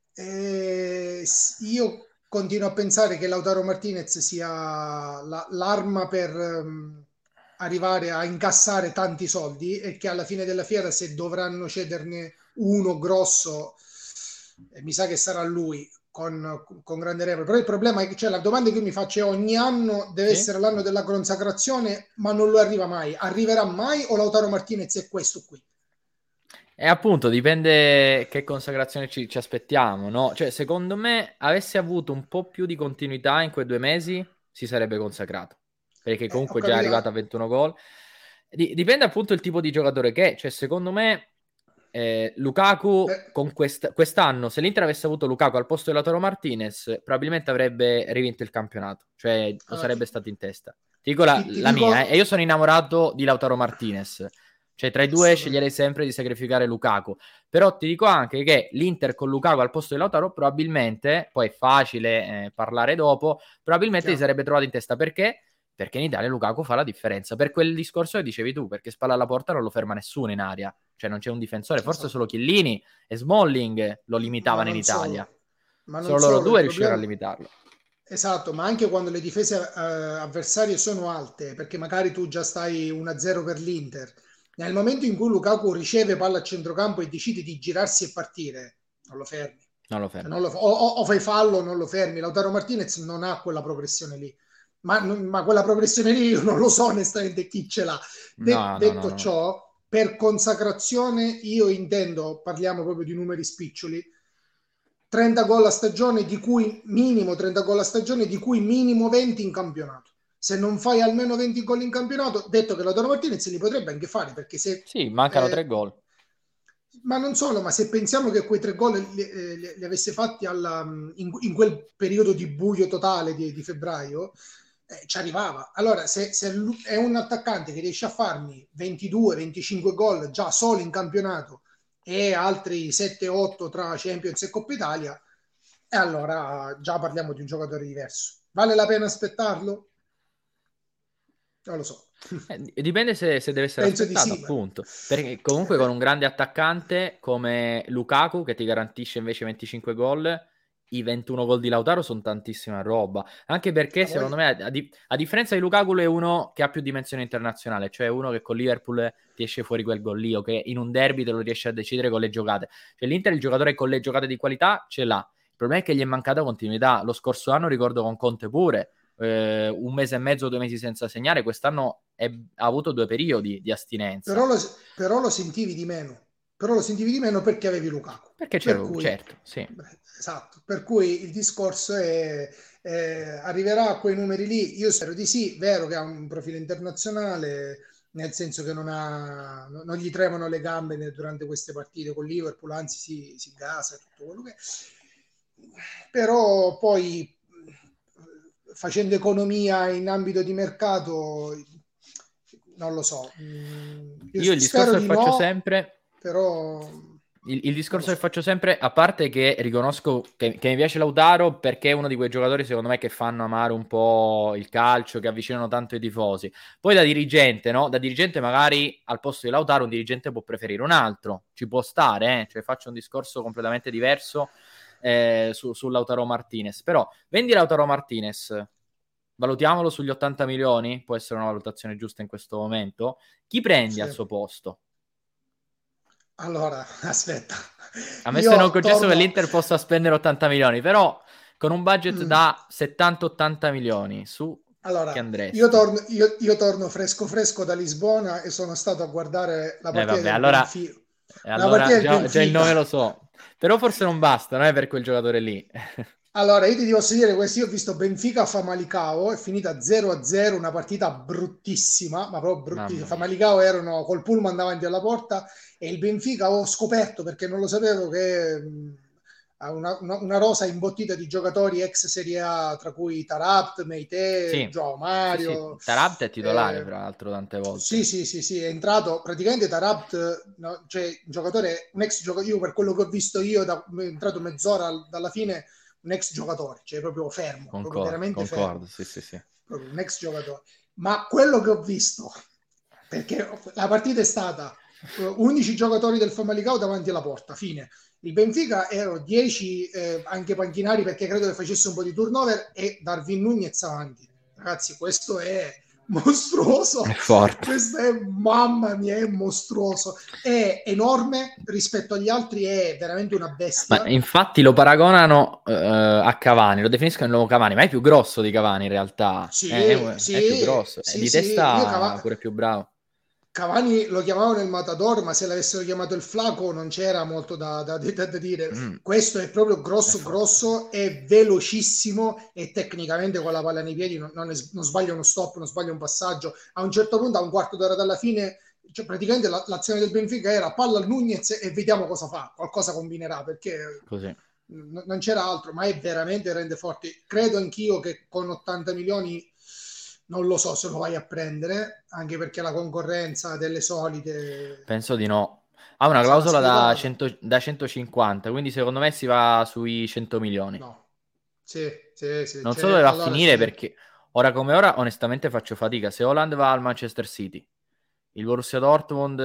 [SPEAKER 8] Eh, io continuo a pensare che Lautaro Martinez sia la, l'arma per um, arrivare a incassare tanti soldi e che alla fine della fiera, se dovranno cederne uno grosso, eh, mi sa che sarà lui con, con grande regola. Però il problema è che cioè, la domanda che io mi faccio è ogni anno deve
[SPEAKER 7] Sì?
[SPEAKER 8] essere l'anno della consacrazione, ma non lo arriva mai. Arriverà mai o Lautaro Martinez è questo qui?
[SPEAKER 7] E appunto dipende che consacrazione ci, ci aspettiamo, no? Cioè, secondo me, avesse avuto un po' più di continuità in quei due mesi, si sarebbe consacrato. Perché
[SPEAKER 8] Eh, ho
[SPEAKER 7] comunque già è
[SPEAKER 8] capito.
[SPEAKER 7] arrivato a ventuno gol. Di- dipende appunto il tipo di giocatore che è. Cioè, secondo me, eh, Lukaku
[SPEAKER 8] Beh,
[SPEAKER 7] con quest- quest'anno, se l'Inter avesse avuto Lukaku al posto di Lautaro Martinez, probabilmente avrebbe rivinto il campionato. Cioè, lo
[SPEAKER 8] allora,
[SPEAKER 7] sarebbe
[SPEAKER 8] ti,
[SPEAKER 7] stato in testa. Ti dico la,
[SPEAKER 8] ti- ti
[SPEAKER 7] la mia, eh, e io
[SPEAKER 8] dico
[SPEAKER 7] sono innamorato di Lautaro Martinez. Cioè, tra i due
[SPEAKER 8] assolutamente.
[SPEAKER 7] sceglierei sempre di sacrificare Lukaku. Però ti dico anche che l'Inter con Lukaku al posto di Lautaro probabilmente, poi è facile eh, parlare dopo, probabilmente si
[SPEAKER 8] Chiaro.
[SPEAKER 7] sarebbe trovato in testa. Perché? Perché in Italia Lukaku fa la differenza. Per quel discorso che dicevi tu, perché spalla alla porta non lo ferma nessuno in aria. Cioè non c'è un difensore, forse
[SPEAKER 8] Esatto.
[SPEAKER 7] solo Chiellini e Smalling lo limitavano
[SPEAKER 8] Ma
[SPEAKER 7] in
[SPEAKER 8] non
[SPEAKER 7] Italia.
[SPEAKER 8] solo, ma non
[SPEAKER 7] Solo loro
[SPEAKER 8] solo, il
[SPEAKER 7] due riuscivano a
[SPEAKER 8] problema
[SPEAKER 7] limitarlo.
[SPEAKER 8] esatto, ma anche quando le difese eh, avversarie sono alte, perché magari tu già stai uno a zero per l'Inter, nel momento in cui Lukaku riceve palla a centrocampo e decide di girarsi e partire, non lo fermi.
[SPEAKER 7] Non lo
[SPEAKER 8] Cioè,
[SPEAKER 7] ferma.
[SPEAKER 8] non lo- o, o- o fai fallo o non lo fermi. Lautaro Martinez non ha quella progressione lì. Ma, ma quella progressione lì io non lo so onestamente chi ce l'ha. De-
[SPEAKER 7] No, no, no,
[SPEAKER 8] detto
[SPEAKER 7] no.
[SPEAKER 8] ciò, per consacrazione io intendo, parliamo proprio di numeri spiccioli, trenta gol a stagione, di cui minimo trenta gol a stagione, di cui minimo venti in campionato. Se non fai almeno venti gol in campionato, detto che Lautaro Martinez li potrebbe anche fare, perché se
[SPEAKER 7] Sì, mancano
[SPEAKER 8] eh,
[SPEAKER 7] tre gol.
[SPEAKER 8] ma non solo, ma se pensiamo che quei tre gol li, li, li avesse fatti alla, in, in, quel periodo di buio totale di, di febbraio, eh, ci arrivava. Allora, se, se è un attaccante che riesce a farmi ventidue venticinque gol già solo in campionato e altri sette otto tra Champions e Coppa Italia, e allora già parliamo di un giocatore diverso. Vale la pena aspettarlo? Non lo so.
[SPEAKER 7] Eh, dipende se, se deve essere
[SPEAKER 8] Penso di
[SPEAKER 7] aspettato,
[SPEAKER 8] sì, ma...
[SPEAKER 7] appunto. Perché comunque con un grande attaccante come Lukaku, che ti garantisce invece venticinque gol, i ventuno gol di Lautaro sono tantissima roba. Anche perché,
[SPEAKER 8] Ah,
[SPEAKER 7] secondo
[SPEAKER 8] voglio...
[SPEAKER 7] me, a, di- a differenza di Lukaku, lui è uno che ha più dimensione internazionale, cioè uno che con Liverpool ti esce fuori quel gol lì, o che in un derby te lo riesce a decidere con le giocate. Cioè l'Inter, il giocatore con le giocate di qualità, ce l'ha. Il problema è che gli è mancata continuità. Lo scorso anno, ricordo con Conte pure, eh, un mese e mezzo, due mesi senza segnare. Quest'anno è, ha avuto due periodi di astinenza.
[SPEAKER 8] Però lo, però lo sentivi di meno. Però lo sentivi di meno perché avevi Lukaku.
[SPEAKER 7] Perché c'era,
[SPEAKER 8] Per cui,
[SPEAKER 7] certo, sì.
[SPEAKER 8] esatto. Per cui il discorso è, eh, arriverà a quei numeri lì. Io spero di sì. Vero che ha un profilo internazionale, nel senso che non, ha, non gli tremano le gambe durante queste partite con Liverpool, anzi si, si gasa tutto quello che è. però poi facendo economia in ambito di mercato, non lo so. Io,
[SPEAKER 7] Io il discorso che faccio
[SPEAKER 8] no,
[SPEAKER 7] sempre,
[SPEAKER 8] però
[SPEAKER 7] il, il discorso so. che faccio sempre, a parte che riconosco che, che mi piace Lautaro perché è uno di quei giocatori secondo me che fanno amare un po' il calcio, che avvicinano tanto i tifosi. Poi da dirigente, no? Da dirigente magari al posto di Lautaro un dirigente può preferire un altro, ci può stare, eh? Cioè faccio un discorso completamente diverso eh, su, su Lautaro Martinez. Però vendi Lautaro Martinez, valutiamolo sugli ottanta milioni, può essere una valutazione giusta in questo momento. Chi prendi sì. al suo posto?
[SPEAKER 8] Allora, aspetta.
[SPEAKER 7] Ammesso non concesso torno... che l'Inter possa spendere ottanta milioni, però con un budget mm. da settanta ottanta milioni, su
[SPEAKER 8] allora,
[SPEAKER 7] che andresti?
[SPEAKER 8] Io torno, io, io torno fresco fresco da Lisbona e sono stato a guardare la partita
[SPEAKER 7] eh, vabbè,
[SPEAKER 8] del
[SPEAKER 7] allora,
[SPEAKER 8] Benfica.
[SPEAKER 7] Eh, allora già, già il nome lo so, però forse non basta, non è per quel giocatore lì.
[SPEAKER 8] Allora, io ti posso dire questo, io ho visto Benfica Famalicão, è finita zero a zero, una partita bruttissima, ma proprio bruttissima. Famalicão erano col pullman davanti alla porta e il Benfica ho scoperto, perché non lo sapevo, che ha una, una, una rosa imbottita di giocatori ex Serie A, tra cui Taarabt, Meite,
[SPEAKER 7] sì.
[SPEAKER 8] João Mario.
[SPEAKER 7] Sì, sì. Taarabt è titolare,
[SPEAKER 8] eh,
[SPEAKER 7] tra l'altro, tante volte.
[SPEAKER 8] Sì, sì, sì, sì, è entrato praticamente Taarabt, no, cioè un giocatore, un ex giocatore, io per quello che ho visto io, da, è entrato mezz'ora dalla fine, un ex giocatore, cioè proprio fermo,
[SPEAKER 7] concordo,
[SPEAKER 8] proprio veramente
[SPEAKER 7] concordo,
[SPEAKER 8] fermo.
[SPEAKER 7] Sì, sì, sì.
[SPEAKER 8] Proprio un ex giocatore. Ma quello che ho visto, perché la partita è stata undici giocatori del Famalicão davanti alla porta, fine. Il Benfica erano dieci eh, anche panchinari, perché credo che facesse un po' di turnover, e Darwin Núñez avanti. Ragazzi, questo è mostruoso,
[SPEAKER 7] è forte.
[SPEAKER 8] Questo è, mamma mia, è mostruoso, è enorme rispetto agli altri, è veramente una bestia.
[SPEAKER 7] Ma infatti lo paragonano uh, a Cavani, lo definiscono il nuovo Cavani, ma è più grosso di Cavani in realtà.
[SPEAKER 8] Sì,
[SPEAKER 7] è,
[SPEAKER 8] sì,
[SPEAKER 7] è più grosso,
[SPEAKER 8] sì,
[SPEAKER 7] è di
[SPEAKER 8] sì.
[SPEAKER 7] testa
[SPEAKER 8] Cavani...
[SPEAKER 7] pure più bravo.
[SPEAKER 8] Cavani lo chiamavano il Matador, ma se l'avessero chiamato il Flaco non c'era molto da, da, da, da dire. Mm. Questo è proprio grosso, è grosso, è velocissimo e tecnicamente con la palla nei piedi non, non, è, non sbaglia uno stop, non sbaglia un passaggio. A un certo punto, a un quarto d'ora dalla fine, cioè praticamente la, l'azione del Benfica era palla al Núñez e vediamo cosa fa, qualcosa combinerà, perché
[SPEAKER 7] così.
[SPEAKER 8] N- non c'era altro, ma è veramente rende forte. Credo anch'io che con ottanta milioni non lo so se lo vai a prendere, anche perché la concorrenza delle solite...
[SPEAKER 7] Penso di no. Ha una clausola da, cento, da centocinquanta, quindi secondo me si va sui cento milioni.
[SPEAKER 8] No. Sì, sì, sì.
[SPEAKER 7] Non
[SPEAKER 8] cioè,
[SPEAKER 7] so dove va
[SPEAKER 8] allora,
[SPEAKER 7] a finire,
[SPEAKER 8] sì.
[SPEAKER 7] Perché ora come ora onestamente faccio fatica. Se Haaland va al Manchester City, il Borussia Dortmund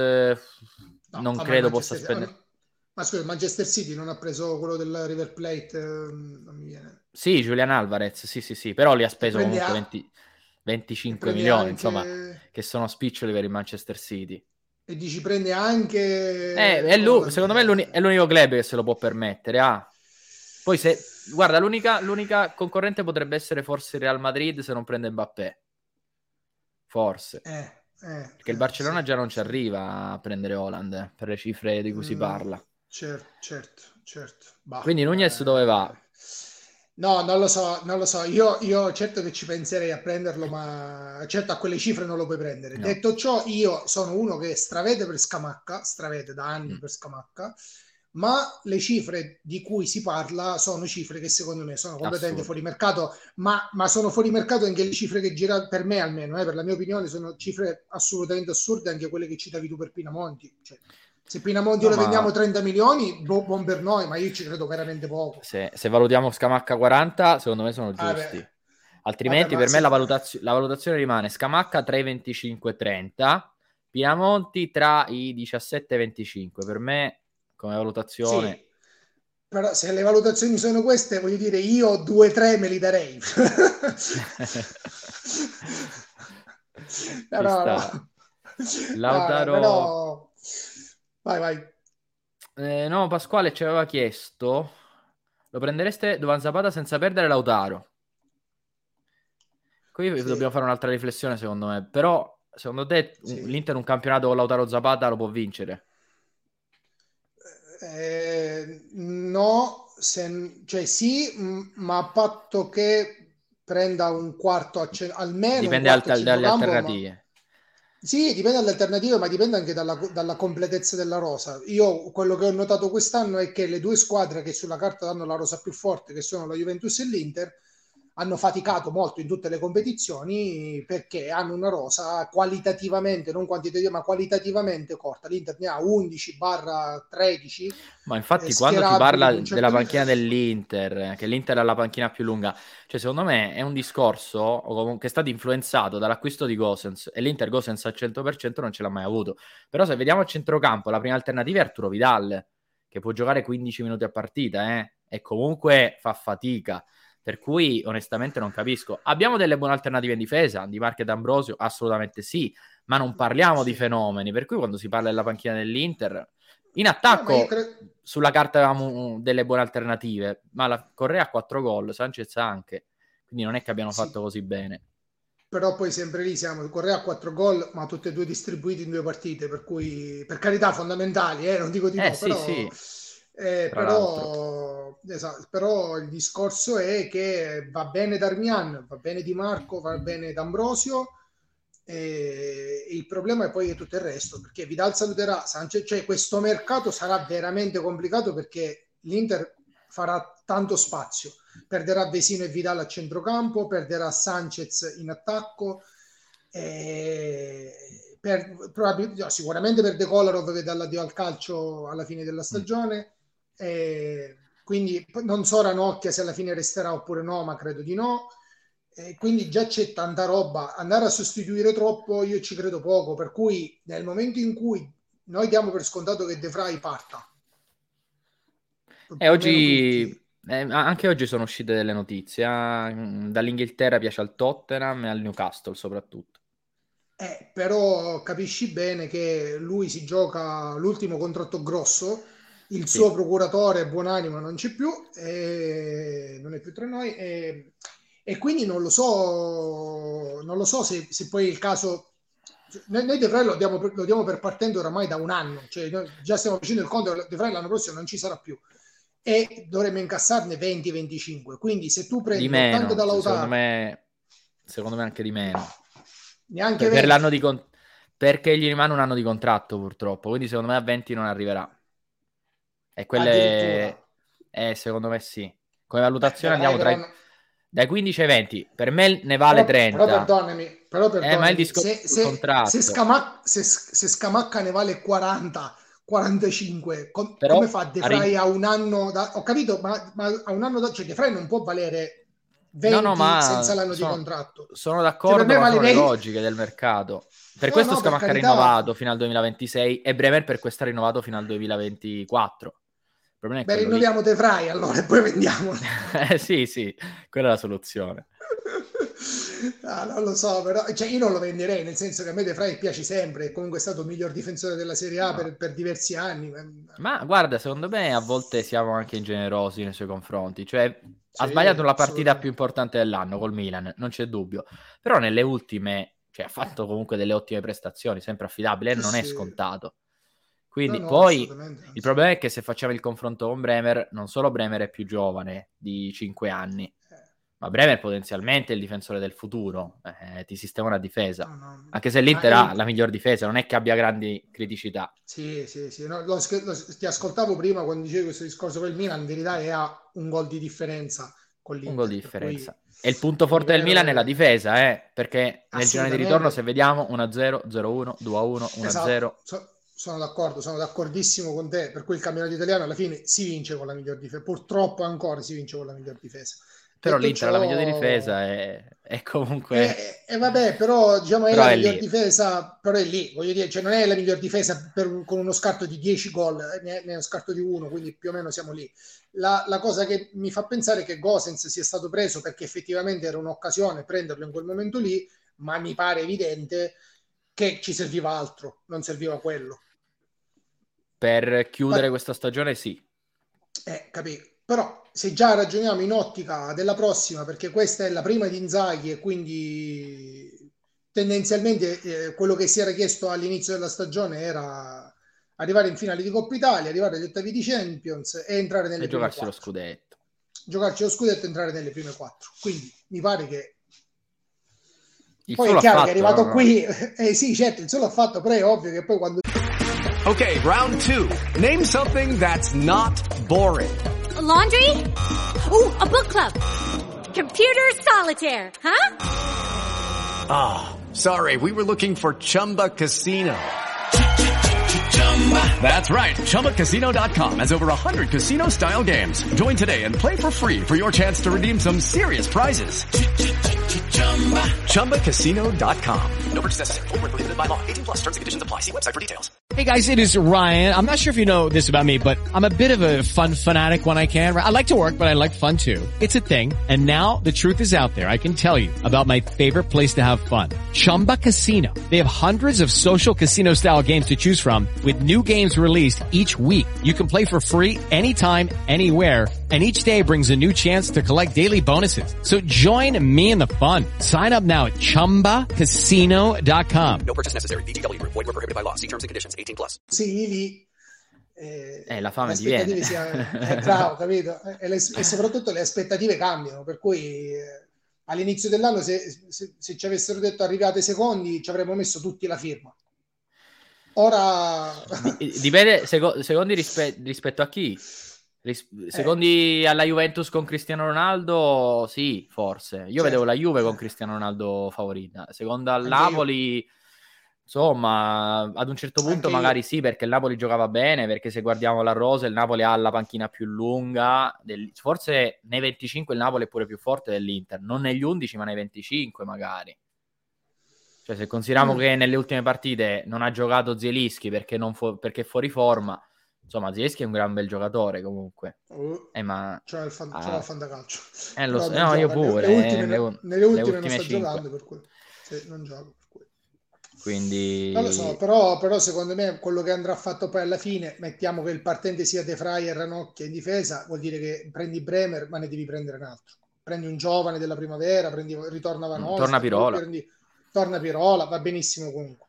[SPEAKER 7] no, non credo possa spendere...
[SPEAKER 8] Ma scusa, il Manchester City non ha preso quello del River Plate? Non mi viene.
[SPEAKER 7] Sì, Julian Alvarez, sì, sì, sì, però li ha speso comunque a... venti... venticinque milioni, anche... insomma, che sono spiccioli per il Manchester City.
[SPEAKER 8] E dici prende anche...
[SPEAKER 7] Eh, è lui, secondo me è, l'uni- è l'unico club che se lo può permettere. Ah. Poi se... Guarda, l'unica, l'unica concorrente potrebbe essere forse il Real Madrid se non prende Mbappé. Forse.
[SPEAKER 8] Eh, eh,
[SPEAKER 7] Perché
[SPEAKER 8] eh,
[SPEAKER 7] il Barcellona
[SPEAKER 8] sì,
[SPEAKER 7] già non ci
[SPEAKER 8] sì.
[SPEAKER 7] arriva a prendere Haaland eh, per le cifre di cui mm, si parla.
[SPEAKER 8] Certo, certo, certo. Bah,
[SPEAKER 7] Quindi Núñez
[SPEAKER 8] eh...
[SPEAKER 7] dove va?
[SPEAKER 8] No, non lo so, non lo so. Io, io certo che ci penserei a prenderlo, ma certo a quelle cifre non lo puoi prendere. No. Detto ciò, io sono uno che stravede per Scamacca, stravede da anni mm. per Scamacca, ma le cifre di cui si parla sono cifre che secondo me sono completamente Assurdo. fuori mercato, ma, ma sono fuori mercato anche le cifre che gira, per me almeno, eh, per la mia opinione, sono cifre assolutamente assurde, anche quelle che citavi tu per Pinamonti. Cioè, se Pinamonti no, lo ma... vendiamo trenta milioni, buon per noi, ma io ci credo veramente poco.
[SPEAKER 7] Se, se valutiamo Scamacca quaranta, secondo me sono giusti. Ah, altrimenti Vabbè, per me la, valutazio- la valutazione rimane Scamacca tra i venticinque e trenta, Pinamonti tra i diciassette e venticinque. Per me, come valutazione...
[SPEAKER 8] Sì, però se le valutazioni sono queste, voglio dire, io due tre me li darei. però, no.
[SPEAKER 7] Lautaro...
[SPEAKER 8] No, però... Vai, vai.
[SPEAKER 7] Eh, no, Pasquale ci aveva chiesto: lo prendereste Duvan Zapata senza perdere Lautaro? Qui sì. dobbiamo fare un'altra riflessione, secondo me. Però, secondo te, sì. l'Inter un campionato con Lautaro Zapata lo può vincere?
[SPEAKER 8] Eh, no, se, cioè sì, m- ma a patto che prenda un quarto a ce- almeno
[SPEAKER 7] dipende
[SPEAKER 8] un quarto
[SPEAKER 7] alta, dalle alternative.
[SPEAKER 8] Ma... Sì, dipende dalle alternative, ma dipende anche dalla, dalla completezza della rosa. Io quello che ho notato quest'anno è che le due squadre che sulla carta danno la rosa più forte, che sono la Juventus e l'Inter, hanno faticato molto in tutte le competizioni perché hanno una rosa qualitativamente, non quantitativamente, ma qualitativamente corta. L'Inter ne ha undici tredici.
[SPEAKER 7] Ma infatti
[SPEAKER 8] eh,
[SPEAKER 7] quando si parla
[SPEAKER 8] schierabili di un certo
[SPEAKER 7] della panchina
[SPEAKER 8] livello.
[SPEAKER 7] dell'Inter, che l'Inter ha la panchina più lunga, cioè secondo me è un discorso o comunque che è stato influenzato dall'acquisto di Gosens, e l'Inter Gosens al cento per cento non ce l'ha mai avuto. Però se vediamo a centrocampo, la prima alternativa è Arturo Vidal, che può giocare quindici minuti a partita, eh, e comunque fa fatica. Per cui onestamente non capisco. Abbiamo delle buone alternative in difesa, Di Marco e D'Ambrosio, assolutamente sì, ma non parliamo
[SPEAKER 8] Sì.
[SPEAKER 7] di fenomeni, per cui quando si parla della panchina dell'Inter, in attacco
[SPEAKER 8] No, ma io cre-
[SPEAKER 7] sulla carta avevamo delle buone alternative, ma la Correa ha quattro gol, Sanchez anche, quindi non è che abbiano
[SPEAKER 8] sì.
[SPEAKER 7] fatto così bene.
[SPEAKER 8] Però poi sempre lì siamo, Correa ha quattro gol, ma tutti e due distribuiti in due partite, per cui per carità fondamentali, eh, non dico di
[SPEAKER 7] Eh
[SPEAKER 8] no,
[SPEAKER 7] sì,
[SPEAKER 8] però,
[SPEAKER 7] sì,
[SPEAKER 8] eh,
[SPEAKER 7] tra l'altro.
[SPEAKER 8] però, esatto, però il discorso è che va bene Darmian, va bene Di Marco, va bene D'Ambrosio, e il problema è poi tutto il resto, perché Vidal saluterà Sanchez, cioè questo mercato sarà veramente complicato perché l'Inter farà tanto spazio, perderà Vesino e Vidal a centrocampo, perderà Sanchez in attacco, eh, per, probabil- no, sicuramente perde Kolarov che dà l'addio al calcio alla fine della stagione, eh, quindi non so Ranocchia se alla fine resterà oppure no, ma credo di no. E quindi già c'è tanta roba, andare a sostituire troppo io ci credo poco, per cui nel momento in cui noi diamo per scontato che De Vrij parta,
[SPEAKER 7] E
[SPEAKER 8] più o meno
[SPEAKER 7] oggi,
[SPEAKER 8] tutti,
[SPEAKER 7] eh, anche oggi sono uscite delle notizie, eh. Dall'Inghilterra piace al Tottenham e al Newcastle soprattutto.
[SPEAKER 8] eh, però capisci bene che lui si gioca l'ultimo contratto grosso, il
[SPEAKER 7] Sì.
[SPEAKER 8] suo procuratore buonanima non c'è più, e non è più tra noi, e, e quindi non lo so, non lo so se, se poi è il caso. Noi, noi De Vrij lo diamo, per, lo diamo per partendo oramai da un anno, cioè noi già stiamo facendo il conto che De Vrij l'anno prossimo non ci sarà più e dovremmo incassarne venti venticinque, quindi se tu
[SPEAKER 7] Di
[SPEAKER 8] prendi ottanta
[SPEAKER 7] meno,
[SPEAKER 8] da
[SPEAKER 7] se- secondo
[SPEAKER 8] Lautaro,
[SPEAKER 7] me, secondo me anche di meno.
[SPEAKER 8] neanche
[SPEAKER 7] Per, per l'anno di
[SPEAKER 8] venti,
[SPEAKER 7] con- perché gli rimane un anno di contratto purtroppo, quindi secondo me a venti non arriverà. E
[SPEAKER 8] addirittura.
[SPEAKER 7] quelle, eh, secondo me sì. Come valutazione
[SPEAKER 8] Beh,
[SPEAKER 7] andiamo
[SPEAKER 8] dai,
[SPEAKER 7] tra
[SPEAKER 8] però,
[SPEAKER 7] i-
[SPEAKER 8] no-
[SPEAKER 7] dai quindici ai venti. Per me ne vale
[SPEAKER 8] però, però
[SPEAKER 7] trenta.
[SPEAKER 8] perdonami, però
[SPEAKER 7] Eh, ma è il
[SPEAKER 8] perdonami,
[SPEAKER 7] discorso
[SPEAKER 8] se,
[SPEAKER 7] del
[SPEAKER 8] se, se,
[SPEAKER 7] contratto.
[SPEAKER 8] Scamacca, se, se Scamacca ne vale quaranta, quarantacinque, com-
[SPEAKER 7] Però
[SPEAKER 8] come fa De
[SPEAKER 7] arri-
[SPEAKER 8] Vrij a un anno da, ho capito, ma, ma a un anno da, cioè De Vrij non può valere
[SPEAKER 7] No, no,
[SPEAKER 8] venti senza
[SPEAKER 7] ma
[SPEAKER 8] l'anno di
[SPEAKER 7] sono,
[SPEAKER 8] contratto.
[SPEAKER 7] sono
[SPEAKER 8] Cioè per
[SPEAKER 7] d'accordo,
[SPEAKER 8] me
[SPEAKER 7] ma
[SPEAKER 8] vale
[SPEAKER 7] sono le
[SPEAKER 8] venti.
[SPEAKER 7] logiche del mercato. Per
[SPEAKER 8] No,
[SPEAKER 7] questo
[SPEAKER 8] no, per
[SPEAKER 7] Scamacca ha
[SPEAKER 8] carità.
[SPEAKER 7] rinnovato fino al duemilaventisei e Bremer per questo ha rinnovato fino al duemilaventiquattro. Il problema è
[SPEAKER 8] Beh,
[SPEAKER 7] quello lì.
[SPEAKER 8] rinnoviamo De Vrij allora e poi vendiamolo.
[SPEAKER 7] Eh, sì, sì, quella è la soluzione.
[SPEAKER 8] Ah, non lo so, però cioè, io non lo venderei, nel senso che a me De Vrij piace sempre, è comunque stato il miglior difensore della Serie A
[SPEAKER 7] No.
[SPEAKER 8] per, per diversi anni.
[SPEAKER 7] Ma guarda, secondo me a volte siamo anche ingenerosi nei suoi confronti. Cioè, ha
[SPEAKER 8] Sì,
[SPEAKER 7] sbagliato la partita
[SPEAKER 8] assolutamente.
[SPEAKER 7] più importante dell'anno col Milan, non c'è dubbio. Però nelle ultime, cioè, ha fatto comunque delle ottime prestazioni, sempre affidabile, e
[SPEAKER 8] Sì,
[SPEAKER 7] non è
[SPEAKER 8] sì.
[SPEAKER 7] scontato. Quindi,
[SPEAKER 8] No, no,
[SPEAKER 7] poi,
[SPEAKER 8] assolutamente.
[SPEAKER 7] il problema è che se facciamo il confronto con Bremer, non solo Bremer è più giovane di cinque anni, ma Bremer potenzialmente è il difensore del futuro, eh, ti sistema una difesa.
[SPEAKER 8] No, no.
[SPEAKER 7] Anche se
[SPEAKER 8] Ma
[SPEAKER 7] l'Inter
[SPEAKER 8] è
[SPEAKER 7] ha
[SPEAKER 8] un-
[SPEAKER 7] la miglior difesa, non è che abbia grandi criticità.
[SPEAKER 8] Sì, sì, sì. No, lo, lo, ti ascoltavo prima quando dicevi questo discorso per il Milan, in verità è a un gol di differenza con
[SPEAKER 7] Un gol di
[SPEAKER 8] l'Inter, per cui
[SPEAKER 7] differenza. E il punto forte del
[SPEAKER 8] vero
[SPEAKER 7] Milan è la
[SPEAKER 8] è-
[SPEAKER 7] difesa, eh? Perché nel girone di ritorno,
[SPEAKER 8] assolutamente.
[SPEAKER 7] se vediamo, uno a zero, zero a uno, due a uno, uno a zero.
[SPEAKER 8] Esatto, so- sono d'accordo, sono d'accordissimo con te, per cui il campionato italiano alla fine si vince con la miglior difesa, purtroppo ancora si vince con la miglior difesa.
[SPEAKER 7] Però
[SPEAKER 8] Detto
[SPEAKER 7] l'Inter ha la miglior
[SPEAKER 8] ciò,
[SPEAKER 7] difesa e, e comunque...
[SPEAKER 8] e, e vabbè, però diciamo è
[SPEAKER 7] Però
[SPEAKER 8] la
[SPEAKER 7] è
[SPEAKER 8] miglior
[SPEAKER 7] lì.
[SPEAKER 8] difesa, però è lì, voglio dire, cioè non è la miglior difesa per un- con uno scarto di dieci gol, eh, ne ne è uno scarto di uno, quindi più o meno siamo lì. La, la cosa che mi fa pensare è che Gosens sia stato preso perché effettivamente era un'occasione prenderlo in quel momento lì, ma mi pare evidente che ci serviva altro, non serviva quello.
[SPEAKER 7] Per chiudere
[SPEAKER 8] Beh,
[SPEAKER 7] questa stagione, sì.
[SPEAKER 8] eh, capito. Però se già ragioniamo in ottica della prossima, perché questa è la prima di Inzaghi e quindi tendenzialmente eh, quello che si era chiesto all'inizio della stagione era arrivare in finale di Coppa Italia, arrivare agli ottavi di Champions e entrare nelle
[SPEAKER 7] E
[SPEAKER 8] prime
[SPEAKER 7] giocarsi lo
[SPEAKER 8] quattro.
[SPEAKER 7] scudetto.
[SPEAKER 8] Giocarci lo scudetto e entrare nelle prime quattro. Quindi mi pare che
[SPEAKER 7] Il
[SPEAKER 8] poi
[SPEAKER 7] solo
[SPEAKER 8] è chiaro
[SPEAKER 7] ha
[SPEAKER 8] che è
[SPEAKER 7] fatto,
[SPEAKER 8] arrivato
[SPEAKER 7] no, no.
[SPEAKER 8] qui, eh sì, certo, il solo ha fatto, però è ovvio che poi quando...
[SPEAKER 5] Okay, round two. Name something that's not boring.
[SPEAKER 6] A laundry? Ooh, a book club. Computer solitaire, huh?
[SPEAKER 5] Ah, sorry, we were looking for Chumba Casino. That's right, Chumba Casino dot com has over one hundred casino-style games. Join today and play for free for your chance to redeem some serious prizes. Chumba Casino dot com.
[SPEAKER 2] No purchase necessary. Void where prohibited by law. eighteen plus terms and conditions apply. See website for details.
[SPEAKER 1] Hey guys, it is Ryan. I'm not sure if you know this about me, but I'm a bit of a fun fanatic when I can. I like to work, but I like fun too. It's a thing. And now the truth is out there. I can tell you about my favorite place to have fun. Chumba Casino. They have hundreds of social casino style games to choose from with new games released each week. You can play for free anytime, anywhere. And each day brings a new chance to collect daily bonuses. So join me in the fun. Sign up now at chumba casino dot com.
[SPEAKER 2] No purchase necessary. V G W. Void where prohibited by law. See terms and conditions. eighteen plus.
[SPEAKER 8] Sì, lì eh,
[SPEAKER 7] Eh, la fame
[SPEAKER 8] le
[SPEAKER 7] ti viene.
[SPEAKER 8] aspettative si- eh, bravo, capito? E, le- e soprattutto le aspettative cambiano, per cui eh, all'inizio dell'anno se, se- se ci avessero detto arrivate secondi ci avremmo messo tutti la firma. Ora
[SPEAKER 7] Di- Dipende, seco- secondi rispe- rispetto a chi? Ris- secondi alla Juventus con Cristiano Ronaldo, sì, forse. Io
[SPEAKER 8] Certo.
[SPEAKER 7] vedevo la Juve con Cristiano Ronaldo favorita. Secondo al
[SPEAKER 8] Anche io.
[SPEAKER 7] Napoli, insomma, ad un certo punto
[SPEAKER 8] Anche io.
[SPEAKER 7] magari sì, perché il Napoli giocava bene, perché se guardiamo la rosa, il Napoli ha la panchina più lunga. del- Forse nei venticinque il Napoli è pure più forte dell'Inter. Non negli undici, ma nei venticinque magari. Cioè, se consideriamo
[SPEAKER 8] Mm.
[SPEAKER 7] che nelle ultime partite non ha giocato Zielinski perché, non fu- perché è fuori forma, insomma, Zielinski è un gran bel giocatore comunque.
[SPEAKER 8] uh,
[SPEAKER 7] Eh, ma
[SPEAKER 8] c'è il, fan,
[SPEAKER 7] ah,
[SPEAKER 8] c'è il fantacalcio.
[SPEAKER 7] eh, lo
[SPEAKER 8] Però
[SPEAKER 7] so-
[SPEAKER 8] non
[SPEAKER 7] no, io
[SPEAKER 8] gioca. Ne-
[SPEAKER 7] pure.
[SPEAKER 8] le
[SPEAKER 7] eh,
[SPEAKER 8] ultime,
[SPEAKER 7] le-
[SPEAKER 8] nelle
[SPEAKER 7] le
[SPEAKER 8] ultime non
[SPEAKER 7] ultime
[SPEAKER 8] sta
[SPEAKER 7] cinque.
[SPEAKER 8] giocando, per cui sì, non gioca, per cui.
[SPEAKER 7] Quindi
[SPEAKER 8] Non lo so, però, però secondo me quello che andrà fatto poi alla fine, mettiamo che il partente sia De Vrij e Ranocchia in difesa, vuol dire che prendi Bremer, ma ne devi prendere un altro. Prendi un giovane della primavera, prendi, ritorna Van Oyster,
[SPEAKER 7] torna Pirola.
[SPEAKER 8] prendi- torna Pirola, va benissimo comunque.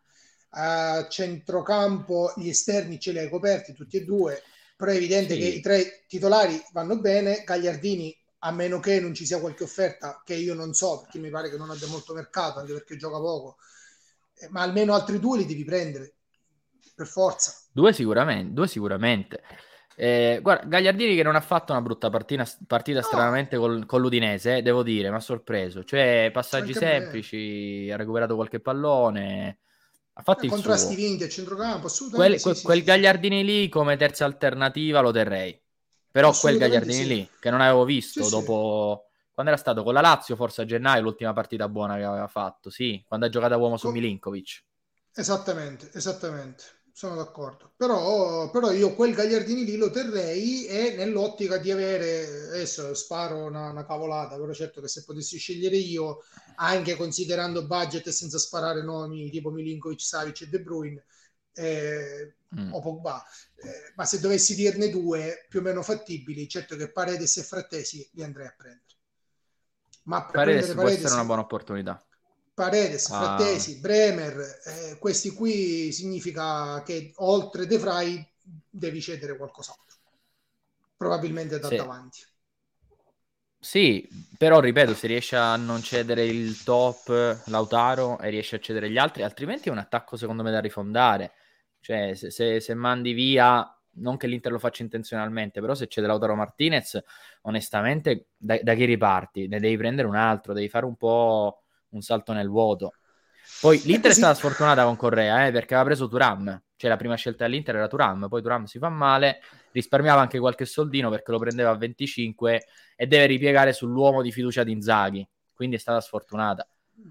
[SPEAKER 8] A centrocampo gli esterni ce li hai coperti tutti e due, però è evidente
[SPEAKER 7] Sì.
[SPEAKER 8] che i tre titolari vanno bene. Gagliardini, a meno che non ci sia qualche offerta che io non so, perché mi pare che non abbia molto mercato, anche perché gioca poco, eh, ma almeno altri due li devi prendere per forza.
[SPEAKER 7] Due sicuramente, due sicuramente. Eh, guarda, Gagliardini che non ha fatto una brutta partita, partita
[SPEAKER 8] No.
[SPEAKER 7] stranamente col- con l'Udinese, eh, devo dire, mi ha sorpreso. Cioè, passaggi
[SPEAKER 8] Anche a me.
[SPEAKER 7] semplici, ha recuperato qualche pallone, ha fatto il
[SPEAKER 8] Contrasti
[SPEAKER 7] suo.
[SPEAKER 8] vinti a centrocampo, assolutamente.
[SPEAKER 7] Quel,
[SPEAKER 8] sì,
[SPEAKER 7] quel-
[SPEAKER 8] sì,
[SPEAKER 7] quel
[SPEAKER 8] sì, sì.
[SPEAKER 7] Gagliardini lì come terza alternativa lo terrei. Però quel
[SPEAKER 8] Assolutamente
[SPEAKER 7] Gagliardini
[SPEAKER 8] sì.
[SPEAKER 7] lì, che non avevo visto
[SPEAKER 8] Sì, sì.
[SPEAKER 7] dopo... Quando era stato con la Lazio, forse a gennaio, l'ultima partita buona che aveva fatto, sì, quando ha giocato a uomo su
[SPEAKER 8] Co-
[SPEAKER 7] Milinkovic.
[SPEAKER 8] Esattamente, esattamente, sono d'accordo. Però, però io quel Gagliardini lì lo terrei, e nell'ottica di avere, adesso sparo una, una cavolata, però certo che se potessi scegliere io, anche considerando budget e senza sparare nomi tipo Milinkovic, Savic e De Bruyne, eh,
[SPEAKER 7] Mm.
[SPEAKER 8] o Pogba, eh, ma se dovessi dirne due più o meno fattibili, certo che Paredes e Frattesi li andrei a prendere. Ma per
[SPEAKER 7] Paredes
[SPEAKER 8] prendere
[SPEAKER 7] può
[SPEAKER 8] Paredes,
[SPEAKER 7] essere una buona opportunità.
[SPEAKER 8] Paredes,
[SPEAKER 7] Ah.
[SPEAKER 8] Frattesi, Bremer, eh, questi qui significa che oltre De Vrij devi cedere qualcos'altro, probabilmente da
[SPEAKER 7] Sì.
[SPEAKER 8] davanti.
[SPEAKER 7] Sì, però ripeto, se riesce a non cedere il top Lautaro e riesce a cedere gli altri, altrimenti è un attacco secondo me da rifondare. Cioè, se, se- se mandi via, non che l'Inter lo faccia intenzionalmente, però se cede Lautaro Martinez, onestamente, da, da chi riparti? Ne devi prendere un altro, devi fare un po' un salto nel vuoto. Poi l'Inter è
[SPEAKER 8] così-
[SPEAKER 7] stata sfortunata con Correa, eh, perché aveva preso Thuram, cioè la prima scelta dell'Inter era Thuram, poi Thuram si fa male, risparmiava anche qualche soldino perché lo prendeva a venticinque e deve ripiegare sull'uomo di fiducia di Inzaghi, quindi è stata sfortunata.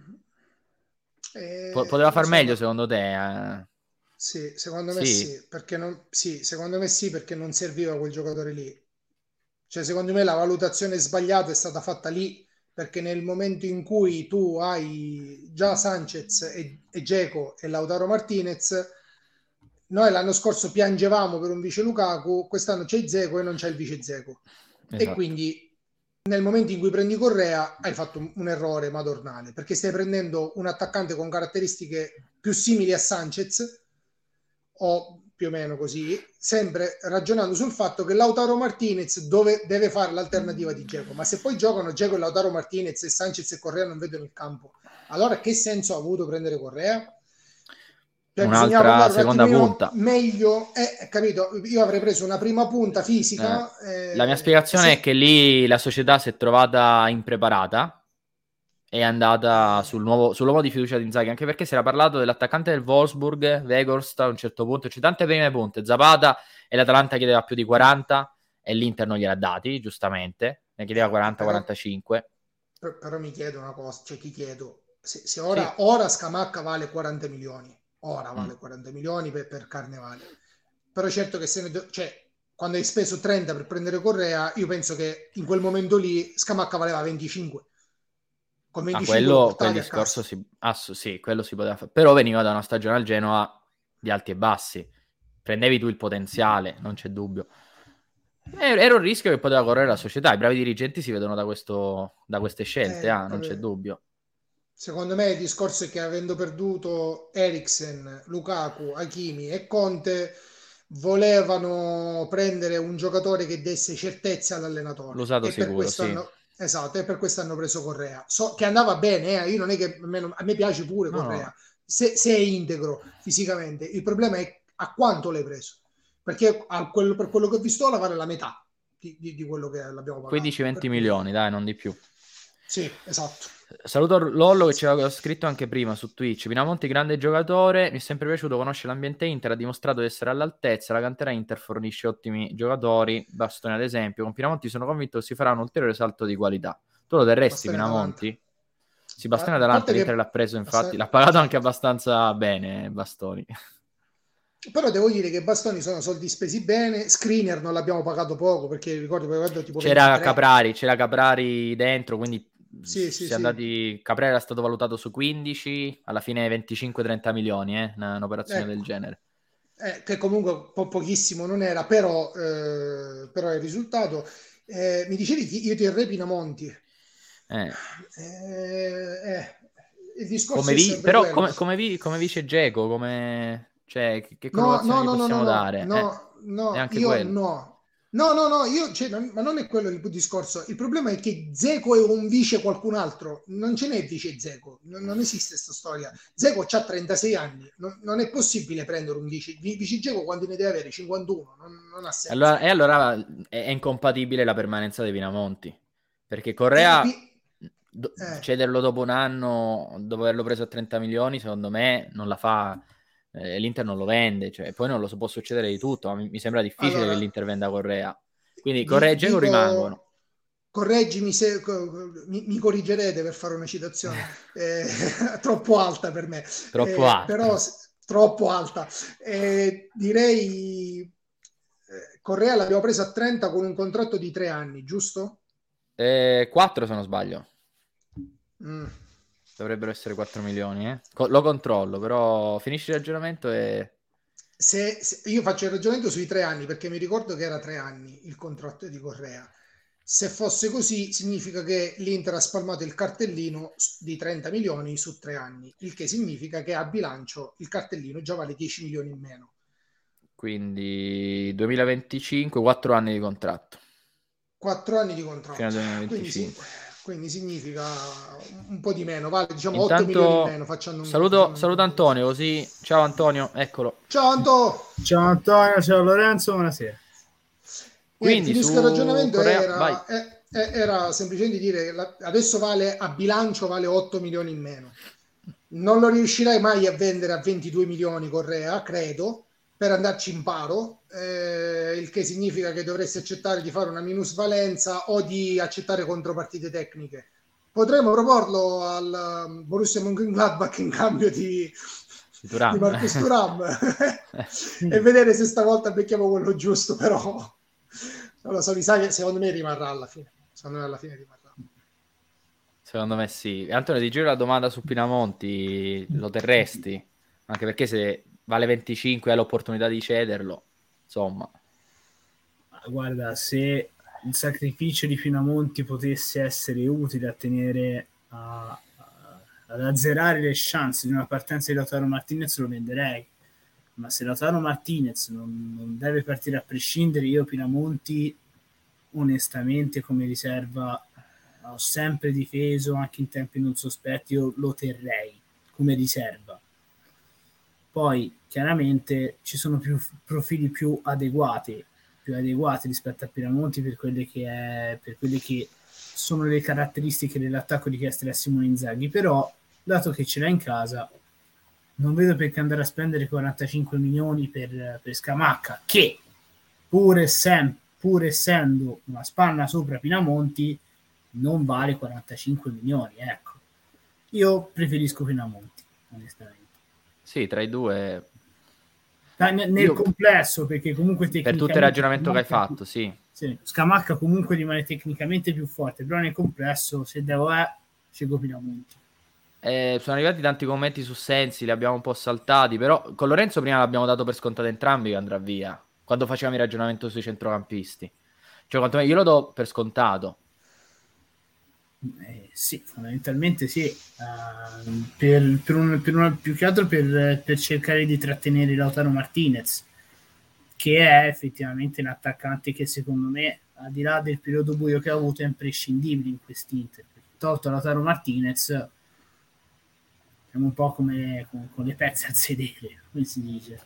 [SPEAKER 8] Eh,
[SPEAKER 7] Po- poteva far
[SPEAKER 8] insomma,
[SPEAKER 7] meglio secondo te? eh?
[SPEAKER 8] Sì, secondo me
[SPEAKER 7] Sì.
[SPEAKER 8] sì, perché non, sì, secondo me sì, perché non serviva quel giocatore lì. Cioè, secondo me la valutazione sbagliata è stata fatta lì, perché nel momento in cui tu hai già Sanchez e, e Dzeko e Lautaro Martinez, noi l'anno scorso piangevamo per un vice Lukaku, quest'anno c'è Dzeko e non c'è il vice Dzeko. E
[SPEAKER 7] Esatto.
[SPEAKER 8] quindi nel momento in cui prendi Correa hai fatto un, un errore madornale, perché stai prendendo un attaccante con caratteristiche più simili a Sanchez, o più o meno così, sempre ragionando sul fatto che Lautaro Martinez dove deve fare l'alternativa di Dzeko, ma se poi giocano Dzeko e Lautaro Martinez e Sanchez e Correa non vedono il campo, allora che senso ha avuto prendere Correa? Cioè,
[SPEAKER 7] un'altra seconda punta
[SPEAKER 8] meglio, eh, capito? Io avrei preso una prima punta fisica.
[SPEAKER 7] Eh.
[SPEAKER 8] Eh,
[SPEAKER 7] la mia spiegazione
[SPEAKER 8] se...
[SPEAKER 7] è che lì la società si è trovata impreparata, è andata sul nuovo, sull'uomo di fiducia di Inzaghi, anche perché si era parlato dell'attaccante del Wolfsburg, Weghorst, a un certo punto c'è tante prime punte, Zapata, e l'Atalanta chiedeva più di quaranta e l'Inter non gliel'ha dati, giustamente, ne chiedeva quaranta quarantacinque.
[SPEAKER 8] Però, però mi chiedo una cosa, cioè ti chiedo se, se ora,
[SPEAKER 7] sì.
[SPEAKER 8] ora Scamacca vale quaranta milioni, ora vale mm. quaranta milioni per, per Carnevale, però certo che se ne do, cioè quando hai speso trenta per prendere Correa, io penso che in quel momento lì Scamacca valeva venticinque. Con
[SPEAKER 7] ah, quello, quel discorso si, ah, sì, quello si poteva fare, però veniva da una stagione al Genoa di alti e bassi, prendevi tu il potenziale, non c'è dubbio. Era un rischio che poteva correre la società, i bravi dirigenti si vedono da, questo, da queste scelte, eh, ah, non c'è dubbio.
[SPEAKER 8] Secondo me il discorso è che avendo perduto Eriksen, Lukaku, Hakimi e Conte volevano prendere un giocatore che desse certezze all'allenatore.
[SPEAKER 7] L'usato
[SPEAKER 8] e
[SPEAKER 7] sicuro,
[SPEAKER 8] per questo
[SPEAKER 7] sì.
[SPEAKER 8] hanno, esatto, e per questo hanno preso Correa. So che andava bene, eh, io non è che a me, a me piace pure
[SPEAKER 7] no,
[SPEAKER 8] Correa,
[SPEAKER 7] no.
[SPEAKER 8] Se, se è integro fisicamente. Il problema è a quanto l'hai preso, perché a quello, per quello che ho visto ora vale la metà di, di, di quello che l'abbiamo pagato.
[SPEAKER 7] quindici venti milioni, dai, non di più.
[SPEAKER 8] Sì, esatto.
[SPEAKER 7] Saluto Lollo che ci aveva scritto anche prima su Twitch. Pinamonti grande giocatore, mi è sempre piaciuto, conosce l'ambiente Inter, ha dimostrato di essere all'altezza, la cantera Inter fornisce ottimi giocatori, Bastoni ad esempio. Con Pinamonti sono convinto che si farà un ulteriore salto di qualità. Tu lo terresti
[SPEAKER 8] Bastoni
[SPEAKER 7] Pinamonti?
[SPEAKER 8] davanti.
[SPEAKER 7] Sì, Bastoni davanti, l'Inter
[SPEAKER 8] che...
[SPEAKER 7] l'ha preso infatti,
[SPEAKER 8] Bastoni...
[SPEAKER 7] l'ha pagato anche abbastanza bene Bastoni.
[SPEAKER 8] Però devo dire che Bastoni sono soldi spesi bene, Skriniar non l'abbiamo pagato poco perché ricordo che tipo
[SPEAKER 7] c'era
[SPEAKER 8] ventitré.
[SPEAKER 7] Caprari, c'era Caprari dentro, quindi
[SPEAKER 8] sì,
[SPEAKER 7] si
[SPEAKER 8] sì,
[SPEAKER 7] è andati.
[SPEAKER 8] Sì.
[SPEAKER 7] Caprari era stato valutato su quindici, alla fine venticinque trenta milioni, eh, una, un'operazione
[SPEAKER 8] ecco.
[SPEAKER 7] del genere.
[SPEAKER 8] Eh, che comunque po- pochissimo non era, però, eh, però è il risultato. Eh, mi dicevi che io terrei Pinamonti.
[SPEAKER 7] Eh.
[SPEAKER 8] Eh, eh, il discorso
[SPEAKER 7] come
[SPEAKER 8] è
[SPEAKER 7] vi, però
[SPEAKER 8] quello.
[SPEAKER 7] come, come, vi, come vice Dzeko, come cioè che, che
[SPEAKER 8] no,
[SPEAKER 7] collocazione
[SPEAKER 8] no,
[SPEAKER 7] gli
[SPEAKER 8] no,
[SPEAKER 7] possiamo
[SPEAKER 8] no,
[SPEAKER 7] dare?
[SPEAKER 8] No,
[SPEAKER 7] eh,
[SPEAKER 8] no,
[SPEAKER 7] è anche
[SPEAKER 8] io
[SPEAKER 7] quello.
[SPEAKER 8] no. No, no, no, io, cioè, non, ma non è quello il discorso. Il problema è che Dzeko è un vice qualcun altro. Non ce n'è vice Dzeko. Non, non esiste questa storia. Dzeko ha trentasei anni. Non, non è possibile prendere un vice. Vice Dzeko quanti ne deve avere? cinquantuno. Non, non ha senso.
[SPEAKER 7] Allora, e allora è, è incompatibile la permanenza dei Pinamonti. Perché Correa,
[SPEAKER 8] eh,
[SPEAKER 7] do,
[SPEAKER 8] eh.
[SPEAKER 7] cederlo dopo un anno, dopo averlo preso a trenta milioni, secondo me non la fa. Eh, L'Inter non lo vende, cioè, poi non lo può succedere di tutto, ma mi, mi sembra difficile
[SPEAKER 8] allora,
[SPEAKER 7] che l'Inter venda Correa. Quindi Correa e Dzeko rimangono.
[SPEAKER 8] Correggimi se mi, mi corrigerete per fare una citazione eh, troppo alta per me,
[SPEAKER 7] troppo
[SPEAKER 8] eh,
[SPEAKER 7] alta.
[SPEAKER 8] però troppo alta. Eh, direi eh, Correa l'abbiamo preso a trenta con un contratto di tre anni, giusto?
[SPEAKER 7] Eh, quattro se non sbaglio.
[SPEAKER 8] Mm.
[SPEAKER 7] Dovrebbero essere quattro milioni, eh? Co- lo controllo, però finisci il ragionamento e...
[SPEAKER 8] Se, se io faccio il ragionamento sui tre anni, perché mi ricordo che era tre anni il contratto di Correa. Se fosse così, significa che l'Inter ha spalmato il cartellino di trenta milioni su tre anni, il che significa che a bilancio il cartellino già vale dieci milioni in meno.
[SPEAKER 7] Quindi duemilaventicinque, quattro anni di contratto.
[SPEAKER 8] quattro anni di contratto.
[SPEAKER 7] Fino al duemilaventicinque.
[SPEAKER 8] Quindi, quindi significa un po' di meno, vale diciamo
[SPEAKER 7] Intanto,
[SPEAKER 8] otto milioni in meno. Facciamo un,
[SPEAKER 7] saluto,
[SPEAKER 8] facciamo
[SPEAKER 7] saluto
[SPEAKER 8] un...
[SPEAKER 7] Antonio, così ciao Antonio, eccolo.
[SPEAKER 8] Ciao Anto.
[SPEAKER 9] Ciao Antonio, ciao Lorenzo, buonasera.
[SPEAKER 8] Quindi finisco il ragionamento. Correa, era, eh, era semplicemente dire la, adesso vale a bilancio vale otto milioni in meno. Non lo riuscirai mai a vendere a ventidue milioni Correa, credo, per andarci in paro, eh, il che significa che dovresti accettare di fare una minusvalenza o di accettare contropartite tecniche. Potremmo proporlo al Borussia Mönchengladbach in cambio di,
[SPEAKER 7] Thuram.
[SPEAKER 8] di Marcus Thuram e vedere se stavolta becchiamo quello giusto, però non lo so, mi sa che secondo me rimarrà alla fine. Secondo me alla fine rimarrà.
[SPEAKER 7] Secondo me sì. Antonio, ti giro la domanda su Pinamonti, lo terresti? Anche perché se vale venticinque hai l'opportunità di cederlo, insomma.
[SPEAKER 9] Guarda, se il sacrificio di Pinamonti potesse essere utile a tenere a, a, ad azzerare le chance di una partenza di Lautaro Martinez, lo venderei. ma se Lautaro Martinez non, non deve partire a prescindere, io Pinamonti onestamente come riserva ho sempre difeso, anche in tempi non sospetti, io lo terrei come riserva. Poi chiaramente ci sono più profili più adeguati, più adeguati rispetto a Pinamonti per quelle che è, per quelle che sono le caratteristiche dell'attacco richieste da Simone Inzaghi, però dato che ce l'ha in casa non vedo perché andare a spendere quarantacinque milioni per, per Scamacca, che pur, essendo, pur essendo una spanna sopra Pinamonti non vale quarantacinque milioni, ecco. Io preferisco Pinamonti onestamente.
[SPEAKER 7] Sì, tra i due
[SPEAKER 9] nel, nel Io, complesso, perché comunque
[SPEAKER 7] per tutto il ragionamento che hai fatto, più, sì.
[SPEAKER 9] sì Scamacca comunque rimane tecnicamente più forte, però nel complesso se devo è scelgo Pinamonti.
[SPEAKER 7] Eh, sono arrivati tanti commenti su Sensi, li abbiamo un po' saltati, però con Lorenzo prima l'abbiamo dato per scontato entrambi che andrà via, quando facevamo il ragionamento sui centrocampisti, cioè quanto io lo do per scontato.
[SPEAKER 9] Eh, sì, fondamentalmente sì, uh, per, per, un, per una, più che altro per, per cercare di trattenere Lautaro Martinez, che è effettivamente un attaccante che secondo me, al di là del periodo buio che ha avuto, è imprescindibile in quest'Inter. Tolto Lautaro Martinez siamo un po' come con, con le pezze al sedere, come si dice.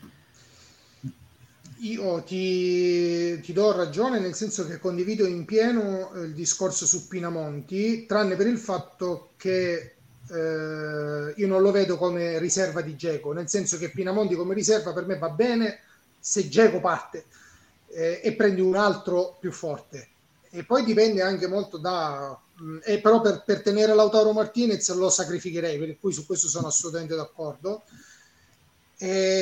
[SPEAKER 8] Io ti, ti do ragione, nel senso che condivido in pieno il discorso su Pinamonti, tranne per il fatto che eh, io non lo vedo come riserva di Dzeko, nel senso che Pinamonti come riserva per me va bene se Dzeko parte eh, e prendi un altro più forte, e poi dipende anche molto da mh, e però per, per tenere Lautaro Martinez lo sacrificherei, per cui su questo sono assolutamente d'accordo. E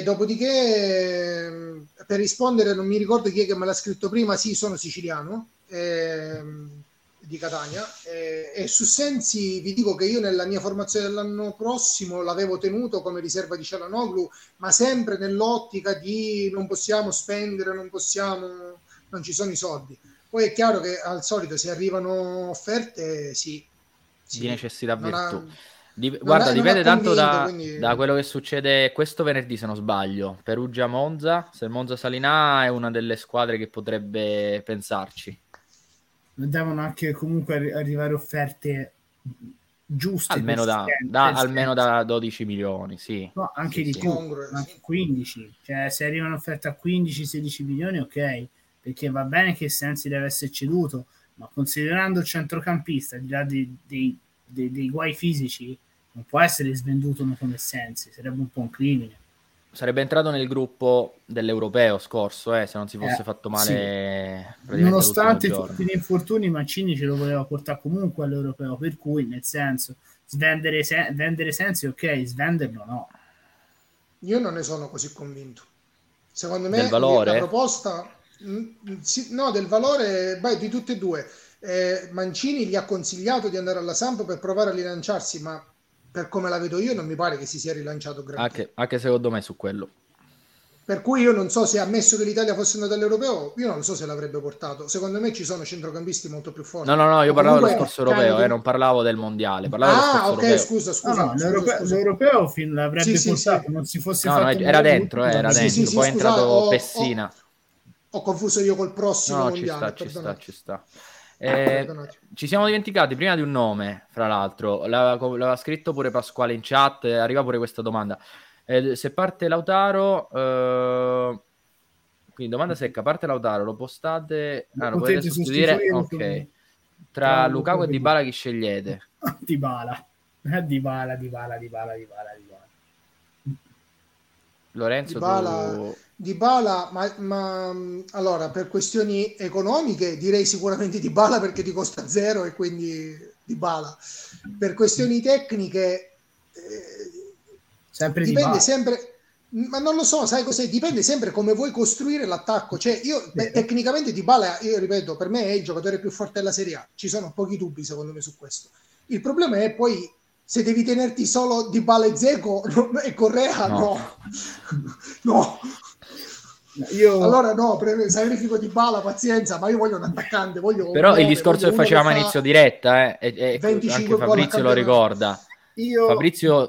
[SPEAKER 8] dopodiché, per rispondere, non mi ricordo chi è che me l'ha scritto prima, sì, sono siciliano, ehm, di Catania, e, e su Sensi vi dico che io nella mia formazione dell'anno prossimo l'avevo tenuto come riserva di Çalhanoğlu, ma sempre nell'ottica di non possiamo spendere, non possiamo, non ci sono i soldi. Poi è chiaro che al solito se arrivano offerte, sì, sì
[SPEAKER 7] di necessità virtù.
[SPEAKER 8] Ha...
[SPEAKER 7] Dip- guarda,
[SPEAKER 8] ha,
[SPEAKER 7] dipende tanto
[SPEAKER 8] convinto,
[SPEAKER 7] da,
[SPEAKER 8] quindi...
[SPEAKER 7] da quello che succede questo venerdì, se non sbaglio. Perugia-Monza, se il Monza-Salinà è una delle squadre che potrebbe pensarci.
[SPEAKER 9] Devono anche comunque arri- arrivare offerte giuste.
[SPEAKER 7] Almeno da, da, almeno da dodici milioni, sì.
[SPEAKER 9] No, anche
[SPEAKER 7] sì,
[SPEAKER 9] di
[SPEAKER 7] sì.
[SPEAKER 9] più, anche quindici. Cioè, se arrivano offerte a quindici sedici milioni, ok. Perché va bene che Sensi deve essere ceduto, ma considerando il centrocampista, al di là dei, dei, dei, dei guai fisici, non può essere svenduto come Sensi, sarebbe un po' un crimine.
[SPEAKER 7] Sarebbe entrato nel gruppo dell'europeo scorso, eh, se non si fosse
[SPEAKER 9] eh,
[SPEAKER 7] fatto male.
[SPEAKER 9] Sì. Nonostante tutti gli infortuni, Mancini ce lo voleva portare comunque all'europeo, per cui nel senso, svendere se- vendere Sensi, ok, svenderlo no.
[SPEAKER 8] Io non ne sono così convinto. Secondo me
[SPEAKER 7] del valore?
[SPEAKER 8] la proposta mh, sì, no, del valore beh, di tutte e due. Eh, Mancini gli ha consigliato di andare alla Samp per provare a rilanciarsi, ma per come la vedo io non mi pare che si sia rilanciato granché.
[SPEAKER 7] Anche, anche secondo me su quello.
[SPEAKER 8] Per cui io non so se, ammesso che l'Italia fosse andata all'europeo, io non so se l'avrebbe portato. Secondo me ci sono centrocampisti molto più forti.
[SPEAKER 7] No, no, no, io parlavo dello scorso europeo,
[SPEAKER 8] di...
[SPEAKER 7] eh, non parlavo del mondiale. Parlavo
[SPEAKER 8] ah,
[SPEAKER 7] dello scorso
[SPEAKER 8] ok,
[SPEAKER 7] europeo.
[SPEAKER 8] scusa, scusa.
[SPEAKER 9] No, no,
[SPEAKER 8] scusa,
[SPEAKER 9] l'europeo,
[SPEAKER 8] scusa.
[SPEAKER 9] l'europeo fin l'avrebbe
[SPEAKER 8] sì,
[SPEAKER 9] portato,
[SPEAKER 8] sì,
[SPEAKER 9] non si fosse
[SPEAKER 7] no,
[SPEAKER 9] fatto...
[SPEAKER 7] No, era dentro, eh, era
[SPEAKER 8] sì,
[SPEAKER 7] dentro,
[SPEAKER 8] sì, sì,
[SPEAKER 7] poi è
[SPEAKER 8] scusa,
[SPEAKER 7] entrato
[SPEAKER 8] ho,
[SPEAKER 7] Pessina.
[SPEAKER 8] Ho, ho confuso io col prossimo
[SPEAKER 7] no,
[SPEAKER 8] mondiale.
[SPEAKER 7] Ci sta,
[SPEAKER 8] perdonate.
[SPEAKER 7] ci sta, ci sta. Eh, ci siamo dimenticati prima di un nome, fra l'altro, l'aveva, l'aveva scritto pure Pasquale in chat, arriva pure questa domanda. Eh, se parte Lautaro... Eh... Quindi domanda secca, parte Lautaro, lo postate... Ah, lo potete sostituire? Ok. Tra Lukaku e Dybala chi scegliete?
[SPEAKER 9] Dybala. Dybala, Dybala, Dybala, Dybala, Dybala.
[SPEAKER 7] Lorenzo,
[SPEAKER 8] Dybala,
[SPEAKER 7] tu...
[SPEAKER 8] Dybala ma, ma allora per questioni economiche direi sicuramente Dybala perché ti costa zero e quindi Dybala. Per questioni tecniche eh,
[SPEAKER 9] sempre
[SPEAKER 8] dipende
[SPEAKER 9] Dybala.
[SPEAKER 8] sempre... Ma non lo so, sai cos'è? Dipende sempre come vuoi costruire l'attacco. Cioè, io beh, tecnicamente Dybala, io ripeto, per me è il giocatore più forte della Serie A. Ci sono pochi dubbi, secondo me, su questo. Il problema è poi se devi tenerti solo Dybala e Dzeko no, e Correa, no. No. no. Io... Allora no, pre- sacrifico Dybala, pazienza, ma io voglio un attaccante. Voglio
[SPEAKER 7] Però
[SPEAKER 8] nove,
[SPEAKER 7] il discorso che facevamo a inizio diretta, eh, e, e anche Fabrizio lo ricorda.
[SPEAKER 9] Io...
[SPEAKER 7] Fabrizio...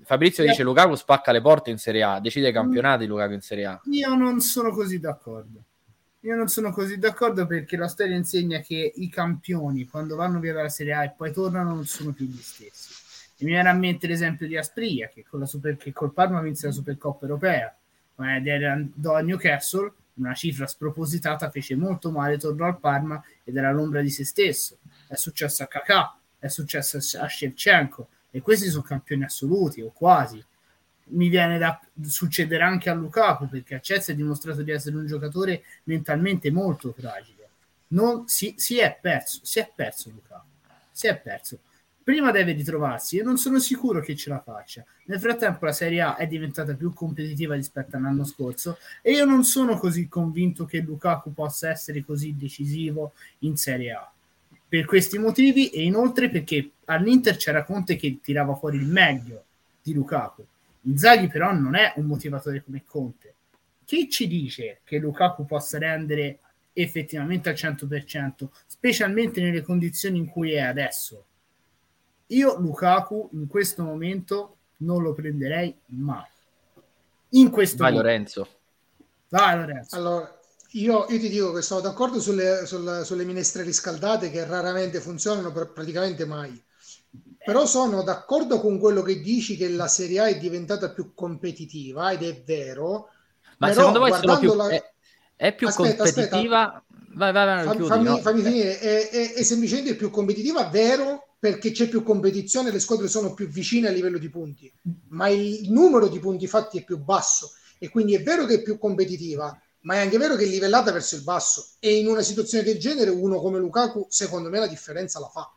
[SPEAKER 7] Fabrizio dice Lukaku spacca le porte in Serie A, decide i campionati Lukaku in Serie A.
[SPEAKER 9] Io non sono così d'accordo. Io non sono così d'accordo perché la storia insegna che i campioni, quando vanno via dalla Serie A e poi tornano, non sono più gli stessi. E mi viene a mente l'esempio di Asprilla, che con la Super, che col Parma vinse la Supercoppa europea, ed andò a Newcastle, una cifra spropositata, fece molto male, tornò al Parma ed era l'ombra di se stesso. È successo a Kakà, è successo a Shevchenko, e questi sono campioni assoluti, o quasi. Mi viene da succedere anche a Lukaku, perché a Chelsea ha dimostrato di essere un giocatore mentalmente molto fragile. Non si, si è perso, si è perso Lukaku, si è perso. Prima deve ritrovarsi e non sono sicuro che ce la faccia. Nel frattempo la Serie A è diventata più competitiva rispetto all'anno scorso e io non sono così convinto che Lukaku possa essere così decisivo in Serie A. Per questi motivi e inoltre perché all'Inter c'era Conte che tirava fuori il meglio di Lukaku. Inzaghi però non è un motivatore come Conte. Chi ci dice che Lukaku possa rendere effettivamente al cento per cento, specialmente nelle condizioni in cui è adesso? Io Lukaku in questo momento non lo prenderei mai. In questo
[SPEAKER 7] Vai
[SPEAKER 9] momento.
[SPEAKER 7] Lorenzo.
[SPEAKER 9] Vai Lorenzo.
[SPEAKER 8] Allora, io, io ti dico che sono d'accordo sulle, sulle, sulle minestre riscaldate che raramente funzionano, per praticamente mai. Però sono d'accordo con quello che dici che la Serie A è diventata più competitiva ed è vero.
[SPEAKER 7] Ma
[SPEAKER 8] però,
[SPEAKER 7] secondo voi sono più,
[SPEAKER 8] la...
[SPEAKER 7] è, è più
[SPEAKER 8] aspetta,
[SPEAKER 7] competitiva?
[SPEAKER 8] Aspetta.
[SPEAKER 7] Vai, vai, vai,
[SPEAKER 8] fammi,
[SPEAKER 7] chiudi,
[SPEAKER 8] fammi,
[SPEAKER 7] no?
[SPEAKER 8] fammi finire. È, è, è semplicemente più competitiva, vero, perché c'è più competizione, le squadre sono più vicine a livello di punti, ma il numero di punti fatti è più basso e quindi è vero che è più competitiva, ma è anche vero che è livellata verso il basso e in una situazione del genere uno come Lukaku secondo me la differenza la fa.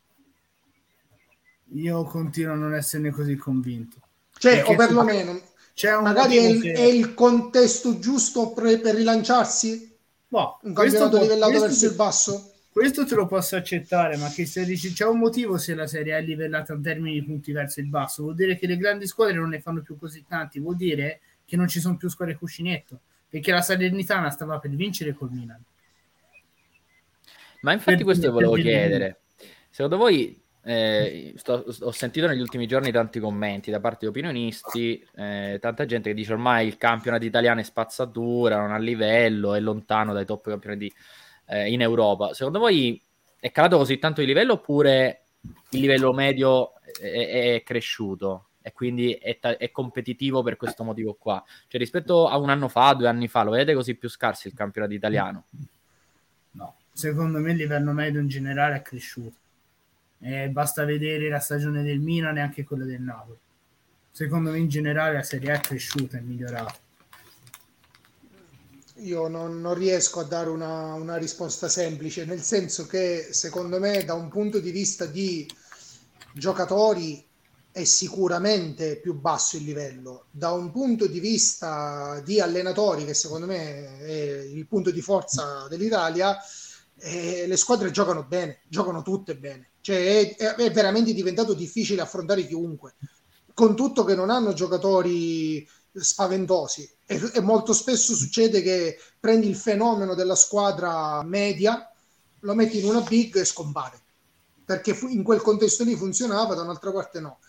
[SPEAKER 9] Io continuo a non esserne così convinto.
[SPEAKER 8] Cioè,
[SPEAKER 9] perché
[SPEAKER 8] o perlomeno
[SPEAKER 9] c'è un
[SPEAKER 8] magari è il,
[SPEAKER 9] che...
[SPEAKER 8] è il contesto giusto per, per rilanciarsi?
[SPEAKER 9] No,
[SPEAKER 8] un campionato
[SPEAKER 9] può,
[SPEAKER 8] livellato verso
[SPEAKER 9] te,
[SPEAKER 8] il basso?
[SPEAKER 9] Questo te lo posso accettare, ma che se dici c'è un motivo se la Serie A è livellata in termini di punti verso il basso, vuol dire che le grandi squadre non ne fanno più così tanti, vuol dire che non ci sono più squadre cuscinetto, perché la Salernitana stava per vincere col Milan.
[SPEAKER 7] Ma infatti
[SPEAKER 9] per,
[SPEAKER 7] questo
[SPEAKER 9] per
[SPEAKER 7] volevo
[SPEAKER 9] per
[SPEAKER 7] chiedere, secondo voi eh, sto, ho sentito negli ultimi giorni tanti commenti da parte di opinionisti, eh, tanta gente che dice ormai il campionato italiano è spazzatura, non ha livello, è lontano dai top campioni eh, in Europa. Secondo voi è calato così tanto di livello oppure il livello medio è, è cresciuto e quindi è, è competitivo per questo motivo qua? Cioè rispetto a un anno fa, due anni fa, lo vedete così più scarso il campionato italiano?
[SPEAKER 9] No, secondo me il livello medio in generale è cresciuto. Eh, basta vedere la stagione del Milan e anche quella del Napoli. Secondo me in generale la Serie A è cresciuta, è migliorata.
[SPEAKER 8] Io non, non riesco a dare una, una risposta semplice, nel senso che secondo me da un punto di vista di giocatori è sicuramente più basso il livello, da un punto di vista di allenatori, che secondo me è il punto di forza dell'Italia, eh, le squadre giocano bene, giocano tutte bene. Cioè è, è veramente diventato difficile affrontare chiunque, con tutto che non hanno giocatori spaventosi e, e molto spesso succede che prendi il fenomeno della squadra media, lo metti in una big e scompare, perché fu, in quel contesto lì funzionava, da un'altra parte no.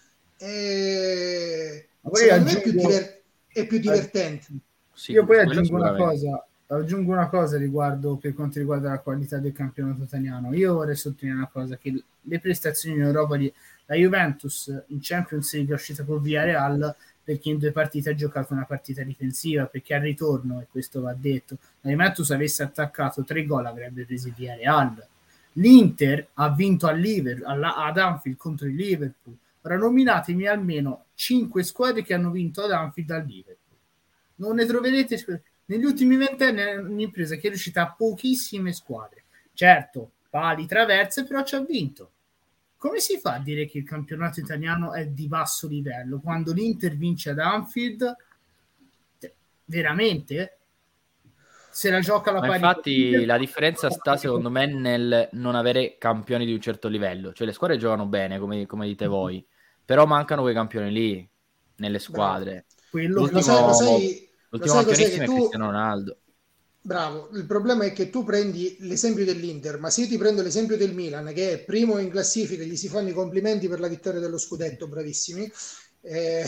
[SPEAKER 8] E secondo me è più, diver- è più divertente.
[SPEAKER 9] Sì, io poi aggiungo una cosa aggiungo una cosa riguardo per quanto riguarda la qualità del campionato italiano. Io vorrei sottolineare una cosa, che le prestazioni in Europa di la Juventus in Champions League è uscita con Villarreal perché in due partite ha giocato una partita difensiva, perché al ritorno, e questo va detto, la Juventus avesse attaccato tre gol avrebbe preso Villarreal. L'Inter ha vinto al Liverpool, ad Anfield contro il Liverpool. Ora nominatemi almeno cinque squadre che hanno vinto ad Anfield al Liverpool. Non ne troverete. Negli ultimi vent'anni è un'impresa che è riuscita a pochissime squadre. Certo, pali, traverse, però ci ha vinto. Come si fa a dire che il campionato italiano è di basso livello quando l'Inter vince ad Anfield? Veramente? Se la gioca la
[SPEAKER 7] Ma
[SPEAKER 9] pari.
[SPEAKER 7] infatti la differenza sta secondo me nel non avere campioni di un certo livello. Cioè le squadre giocano bene, come, come dite voi, però mancano quei campioni lì nelle squadre.
[SPEAKER 8] Quello l'ultimo, lo sai, lo sai,
[SPEAKER 7] l'ultimo
[SPEAKER 8] lo sai
[SPEAKER 7] campionissimo è
[SPEAKER 8] tu...
[SPEAKER 7] Cristiano Ronaldo.
[SPEAKER 8] Bravo, il problema è che tu prendi l'esempio dell'Inter, ma se io ti prendo l'esempio del Milan, che è primo in classifica, gli si fanno i complimenti per la vittoria dello scudetto, bravissimi, Eh,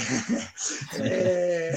[SPEAKER 8] eh,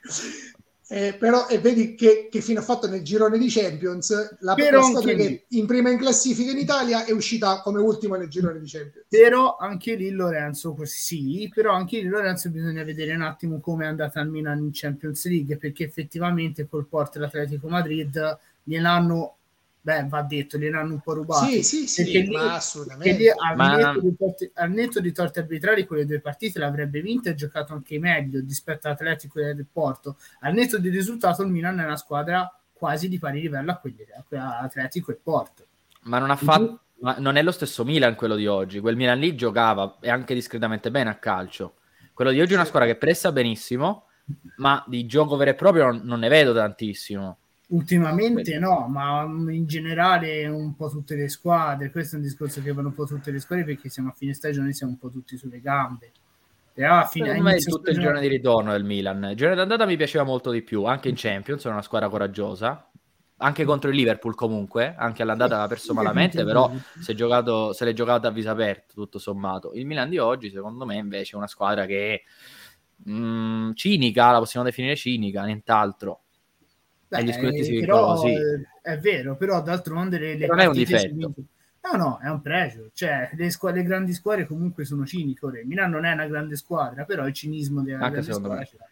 [SPEAKER 8] eh, però e vedi che, che fine ha fatto nel girone di Champions, la, la squadra che in prima in classifica in Italia è uscita come ultima nel girone di Champions.
[SPEAKER 9] Però anche lì Lorenzo, sì, però anche lì Lorenzo bisogna vedere un attimo come è andata al Milan in Champions League, perché effettivamente col Porto e l'Atletico Madrid gliel'hanno, beh, va detto, gliel'hanno un po' rubato.
[SPEAKER 8] Sì, sì, sì,
[SPEAKER 9] lì,
[SPEAKER 8] ma assolutamente.
[SPEAKER 9] Lì, al,
[SPEAKER 7] ma...
[SPEAKER 9] netto di torti, al netto di torti arbitrali, quelle due partite l'avrebbe vinta e giocato anche meglio rispetto all'Atletico e al Porto. Al netto di risultato, il Milan è una squadra quasi di pari livello a quelli a Atletico e Porto.
[SPEAKER 7] Ma non ha fatto, ma non è lo stesso Milan quello di oggi. Quel Milan lì giocava e anche discretamente bene a calcio. Quello di oggi è una squadra che pressa benissimo, ma di gioco vero e proprio non, non ne vedo tantissimo.
[SPEAKER 9] Ultimamente no, ma in generale un po' tutte le squadre. Questo è un discorso che vanno un po' tutte le squadre, perché siamo a fine stagione, siamo un po' tutti sulle gambe. Però a fine
[SPEAKER 7] me tutto stagione... il giorno di ritorno del Milan. Il giorno d'andata mi piaceva molto di più, anche in Champions, è una squadra coraggiosa. Anche contro il Liverpool comunque, anche all'andata l'ha perso malamente, però si è giocato, se l'è giocato a viso aperto, tutto sommato. Il Milan di oggi, secondo me, invece è una squadra che è mh, cinica, la possiamo definire cinica, nient'altro.
[SPEAKER 9] Beh,
[SPEAKER 7] e gli scudetti si
[SPEAKER 9] però,
[SPEAKER 7] così.
[SPEAKER 9] È vero, però d'altronde le, le
[SPEAKER 7] non è un difetto.
[SPEAKER 9] No, no, è un pregio. Cioè, le, squadre, le grandi squadre comunque sono ciniche. Ora, il Milan non è una grande squadra, però il cinismo della
[SPEAKER 7] anche
[SPEAKER 9] grande squadra c'è.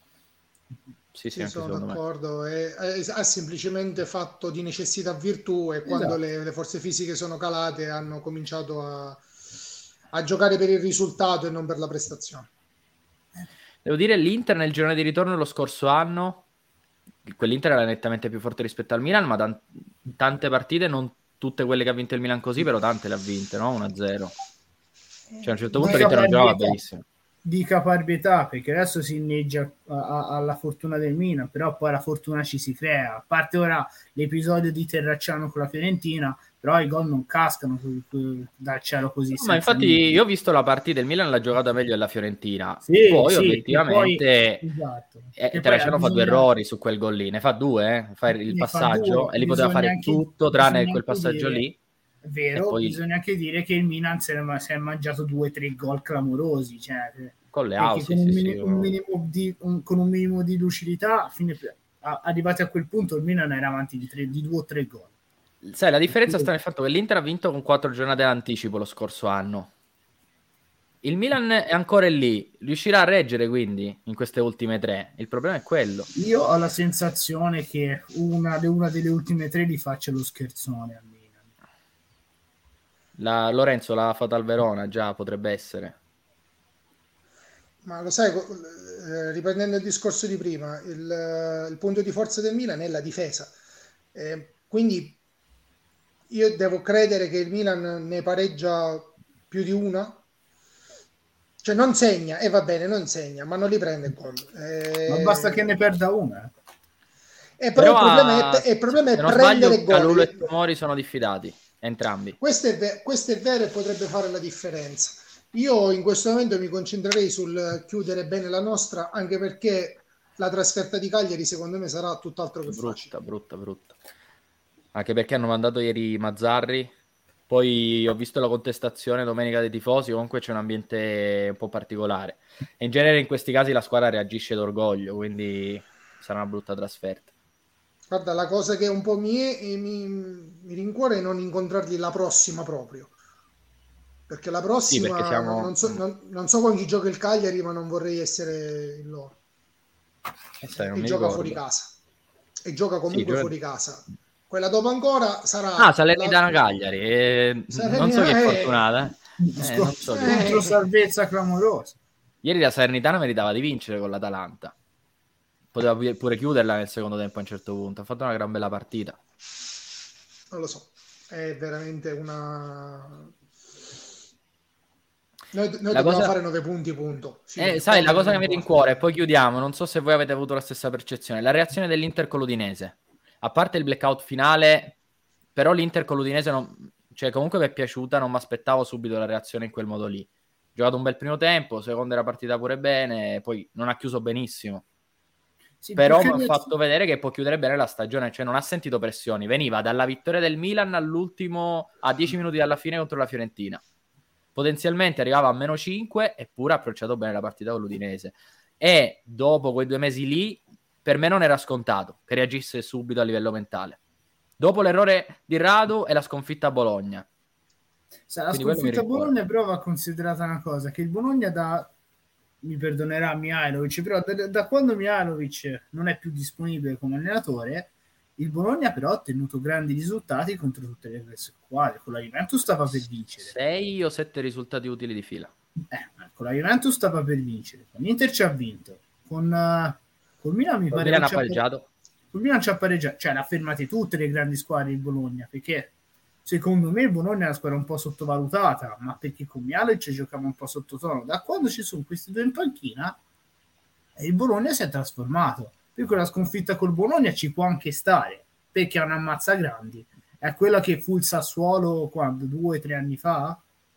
[SPEAKER 7] Sì, sì,
[SPEAKER 8] sì, sono d'accordo. È, è, ha semplicemente fatto di necessità virtù, e quando esatto. le, le forze fisiche sono calate hanno cominciato a, a giocare per il risultato e non per la prestazione.
[SPEAKER 7] Devo dire, l'Inter nel girone di ritorno lo scorso anno, quell'Inter era nettamente più forte rispetto al Milan, ma t- tante partite, non tutte quelle che ha vinto il Milan così, però tante le ha vinte, no? uno a zero. Cioè a un certo punto l'Inter non giocava benissimo.
[SPEAKER 9] Di caparbietà, perché adesso si inneggia a, a, alla fortuna del Milan, però poi la fortuna ci si crea. A parte ora l'episodio di Terracciano con la Fiorentina, però i gol non cascano dal cielo così.
[SPEAKER 7] No, ma infatti niente. Io ho visto la partita, il Milan l'ha giocata meglio della Fiorentina,
[SPEAKER 9] sì,
[SPEAKER 7] poi
[SPEAKER 9] sì,
[SPEAKER 7] obiettivamente
[SPEAKER 9] poi, esatto.
[SPEAKER 7] eh, Terracciano fa due errori su quel gol lì, ne fa due, eh? fa il passaggio due, e li poteva fare anche, tutto tranne quel passaggio
[SPEAKER 9] dire...
[SPEAKER 7] lì.
[SPEAKER 9] È vero,
[SPEAKER 7] poi...
[SPEAKER 9] bisogna anche dire che il Milan si è, si è mangiato due o tre gol clamorosi, cioè,
[SPEAKER 7] con le auto,
[SPEAKER 9] con,
[SPEAKER 7] sì,
[SPEAKER 9] un
[SPEAKER 7] sì,
[SPEAKER 9] mini,
[SPEAKER 7] sì,
[SPEAKER 9] un minimo di, un, con un minimo di lucidità, fine, a, arrivati a quel punto il Milan era avanti di, tre, di due o tre gol.
[SPEAKER 7] Sai, la differenza sta nel fatto che l'Inter ha vinto con quattro giornate d'anticipo lo scorso anno. Il Milan è ancora lì, riuscirà a reggere quindi in queste ultime tre? Il problema è quello.
[SPEAKER 9] Io ho la sensazione che una, una delle ultime tre li faccia lo scherzone al Milan.
[SPEAKER 7] La Lorenzo l'ha fatta al Verona, già potrebbe essere.
[SPEAKER 8] Ma lo sai, eh, riprendendo il discorso di prima, il, il punto di forza del Milan è la difesa. Eh, quindi io devo credere che il Milan ne pareggia più di una. Cioè non segna, e eh, va bene, non segna, ma non li prende gol. Eh...
[SPEAKER 9] Ma basta che ne perda una.
[SPEAKER 8] Eh, però, però il problema è, il problema è prendere gol.
[SPEAKER 7] Calulo e Tomori sono diffidati, entrambi.
[SPEAKER 8] Questo è, ve- questo è vero e potrebbe fare la differenza. Io in questo momento mi concentrerei sul chiudere bene la nostra, anche perché la trasferta di Cagliari secondo me sarà tutt'altro che
[SPEAKER 7] brutta,
[SPEAKER 8] facile.
[SPEAKER 7] Brutta, brutta, anche perché hanno mandato ieri Mazzarri. Poi ho visto la contestazione domenica dei tifosi, comunque c'è un ambiente un po' particolare. E in genere in questi casi la squadra reagisce d'orgoglio, quindi sarà una brutta trasferta.
[SPEAKER 8] Guarda, la cosa che un po' mi, mi, mi rincuora è non incontrarli la prossima proprio. Perché la prossima, sì, perché siamo... non, so, non, non so con chi gioca il Cagliari, ma non vorrei essere il loro.
[SPEAKER 7] E, sai,
[SPEAKER 8] e gioca fuori casa. E gioca comunque sì, gioca... fuori casa. Quella dopo ancora sarà...
[SPEAKER 7] Ah, Salernitana la... Cagliari. Eh, Salernitana... Non so chi è fortunata. Eh. Eh, non so chi...
[SPEAKER 9] Contro salvezza clamorosa.
[SPEAKER 7] Ieri la Salernitana meritava di vincere con l'Atalanta. Poteva pure chiuderla nel secondo tempo a un certo punto. Ha fatto una gran bella partita.
[SPEAKER 8] Non lo so. È veramente una... Noi, noi dobbiamo
[SPEAKER 7] cosa...
[SPEAKER 8] fare nove punti, punto. Sì,
[SPEAKER 7] eh, sai, la cosa che mi rincuora, e poi chiudiamo, non so se voi avete avuto la stessa percezione, la reazione dell'Inter con l'Udinese. A parte il blackout finale, però l'Inter con l'Udinese non... cioè comunque mi è piaciuta, non mi aspettavo subito la reazione in quel modo lì. Giocato un bel primo tempo, seconda era partita pure bene, poi non ha chiuso benissimo. Sì, però mi ha fatto vedere che può chiudere bene la stagione, cioè non ha sentito pressioni, veniva dalla vittoria del Milan all'ultimo, a dieci minuti dalla fine contro la Fiorentina. potenzialmente arrivava a meno cinque, eppure ha approcciato bene la partita con l'Udinese. E dopo quei due mesi lì, per me non era scontato che reagisse subito a livello mentale. Dopo l'errore di Radu e la sconfitta a Bologna.
[SPEAKER 9] Sa, la sconfitta a Bologna però va considerata una cosa, che il Bologna da, mi perdonerà Mihajlovic, però da, da quando Mihajlovic non è più disponibile come allenatore, il Bologna però ha ottenuto grandi risultati contro tutte le squadre. Con la Juventus stava per vincere.
[SPEAKER 7] Sei o sette risultati utili di fila.
[SPEAKER 9] Eh, con la Juventus stava per vincere, con l'Inter ci ha vinto, con, uh, con Milan mi
[SPEAKER 7] con
[SPEAKER 9] pare
[SPEAKER 7] Milan
[SPEAKER 9] che
[SPEAKER 7] ha pareggiato.
[SPEAKER 9] Con Milan ci ha pareggiato, cioè l'ha fermate tutte le grandi squadre il Bologna, perché secondo me il Bologna è una squadra un po' sottovalutata, ma perché con Mihajlovic giocava un po' sottotono. Da quando ci sono questi due in panchina, il Bologna si è trasformato. Per cui la sconfitta col Bologna ci può anche stare, perché è una ammazza grandi. È quella che fu il Sassuolo quando? Due o tre anni fa?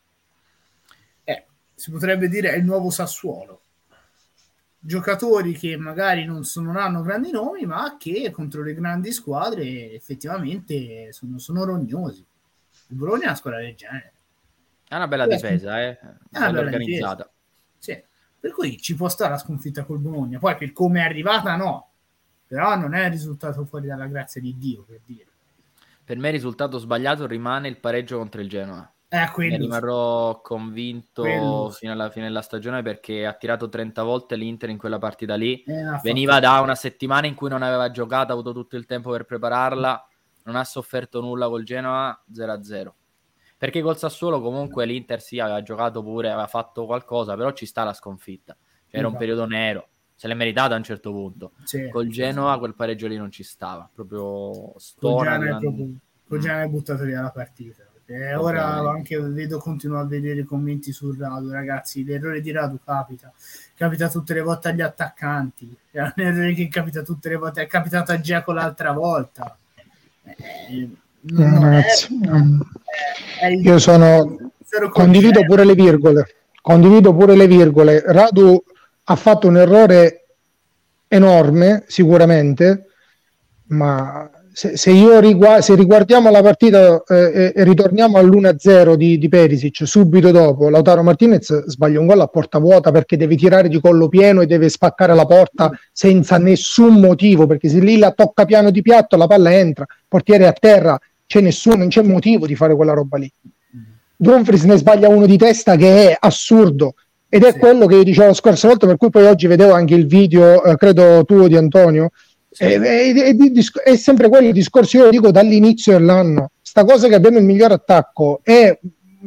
[SPEAKER 9] Eh, si potrebbe dire è il nuovo Sassuolo. Giocatori che magari non, sono, non hanno grandi nomi, ma che contro le grandi squadre effettivamente sono, sono rognosi. Il Bologna è una squadra del genere.
[SPEAKER 7] È una bella difesa, eh? È una bella organizzata. Difesa.
[SPEAKER 9] Sì. Per cui ci può stare la sconfitta col Bologna. Poi per come è arrivata no, però non è risultato fuori dalla grazia di Dio, per dire.
[SPEAKER 7] Per me il risultato sbagliato rimane il pareggio contro il Genoa.
[SPEAKER 9] Eh,
[SPEAKER 7] ne rimarrò convinto
[SPEAKER 9] quello.
[SPEAKER 7] fino alla fine della stagione, perché ha tirato trenta volte l'Inter in quella partita lì.
[SPEAKER 9] Eh,
[SPEAKER 7] veniva da una settimana in cui non aveva giocato, ha avuto tutto il tempo per prepararla, non ha sofferto nulla col Genoa, zero a zero. Perché col Sassuolo comunque l'Inter sì, aveva giocato pure, aveva fatto qualcosa, però ci sta la sconfitta, cioè, era un periodo nero, se l'è meritata a un certo punto.
[SPEAKER 9] Sì.
[SPEAKER 7] Col Genoa quel pareggio lì non ci stava, proprio stona.
[SPEAKER 9] Col Genoa è buttato via la partita. E ora anche vedo, continuo a vedere commenti sul Radu, ragazzi, l'errore di Radu capita capita tutte le volte agli attaccanti, è un errore che capita tutte le volte, è capitato a Dzeko l'altra volta. Eh,
[SPEAKER 8] no, ragazzi, è, è, è io sono condivido pure le virgole condivido pure le virgole Radu ha fatto un errore enorme sicuramente, ma Se, se, io rigu- se riguardiamo la partita eh, e ritorniamo all'uno a zero di, di Perisic, subito dopo Lautaro Martinez sbaglia un gol a porta vuota perché deve tirare di collo pieno e deve spaccare la porta senza nessun motivo, perché se lì la tocca piano di piatto la palla entra, portiere a terra, c'è nessuno, non c'è motivo di fare quella roba lì. Dumfries ne sbaglia uno di testa che è assurdo, ed è sì. quello che io dicevo la scorsa volta, per cui poi oggi vedevo anche il video eh, credo tuo di Antonio. Sì. È, è, è, è sempre quello il discorso, io lo dico dall'inizio dell'anno, sta cosa che abbiamo il miglior attacco è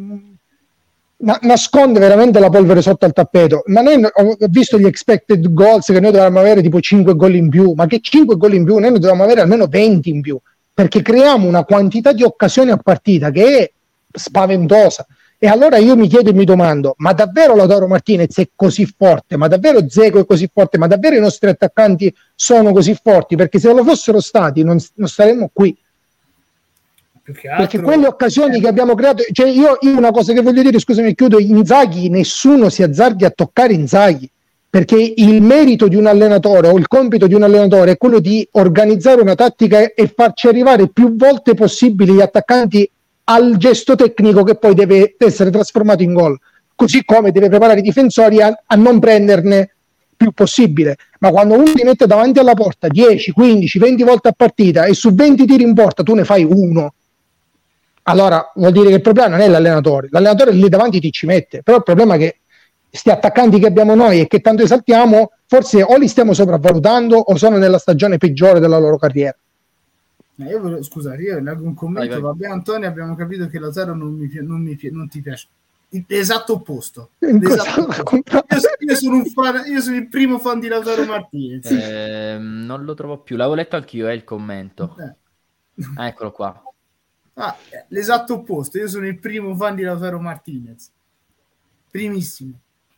[SPEAKER 8] na- nasconde veramente la polvere sotto al tappeto, ma noi ho visto gli expected goals che noi dovevamo avere tipo cinque gol in più, ma che cinque gol in più, noi ne dovevamo avere almeno venti in più, perché creiamo una quantità di occasioni a partita che è spaventosa. E allora io mi chiedo e mi domando, ma davvero Lautaro Martinez è così forte? Ma davvero Dzeko è così forte? Ma davvero i nostri attaccanti sono così forti? Perché se lo fossero stati non, non staremmo qui. Altro, perché quelle occasioni eh. che abbiamo creato, cioè io, io una cosa che voglio dire, scusami, chiudo, Inzaghi, nessuno si azzardi a toccare Inzaghi, perché il merito di un allenatore o il compito di un allenatore è quello di organizzare una tattica e farci arrivare più volte possibili gli attaccanti al gesto tecnico che poi deve essere trasformato in gol, così come deve preparare i difensori a, a non prenderne più possibile. Ma quando uno ti mette davanti alla porta dieci, quindici, venti volte a partita e su venti tiri in porta tu ne fai uno, allora vuol dire che il problema non è l'allenatore, l'allenatore lì davanti ti ci mette, però il problema è che sti attaccanti che abbiamo noi e che tanto esaltiamo, forse o li stiamo sopravvalutando o sono nella stagione peggiore della loro carriera.
[SPEAKER 9] Io volevo, scusate, io leggo un commento. Vai, vai. Vabbè, Antonio, abbiamo capito che Lautaro non, mi, non, mi, non ti piace. L'esatto opposto. L'esatto opposto. Io, io, sono un fan, io sono il primo fan di Lautaro Martinez.
[SPEAKER 7] Eh, non lo trovo più. L'avevo letto anch'io, è il commento. Eh. Ah, eccolo qua.
[SPEAKER 9] Ah, l'esatto opposto. Io sono il primo fan di Lautaro Martinez. Primissimo.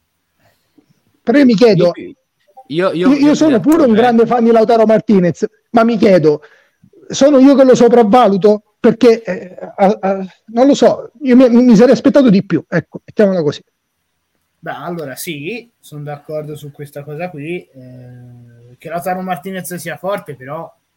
[SPEAKER 8] Però io mi chiedo,
[SPEAKER 7] io, io,
[SPEAKER 8] io, io, io sono pure un
[SPEAKER 7] eh.
[SPEAKER 8] grande fan di Lautaro Martinez, ma mi chiedo, sono io che lo sopravvaluto? Perché eh, eh, eh, non lo so, io mi, mi sarei aspettato di più, ecco, mettiamola così.
[SPEAKER 9] Beh, allora sì, sono d'accordo su questa cosa qui, eh, che Lautaro Martinez sia forte, però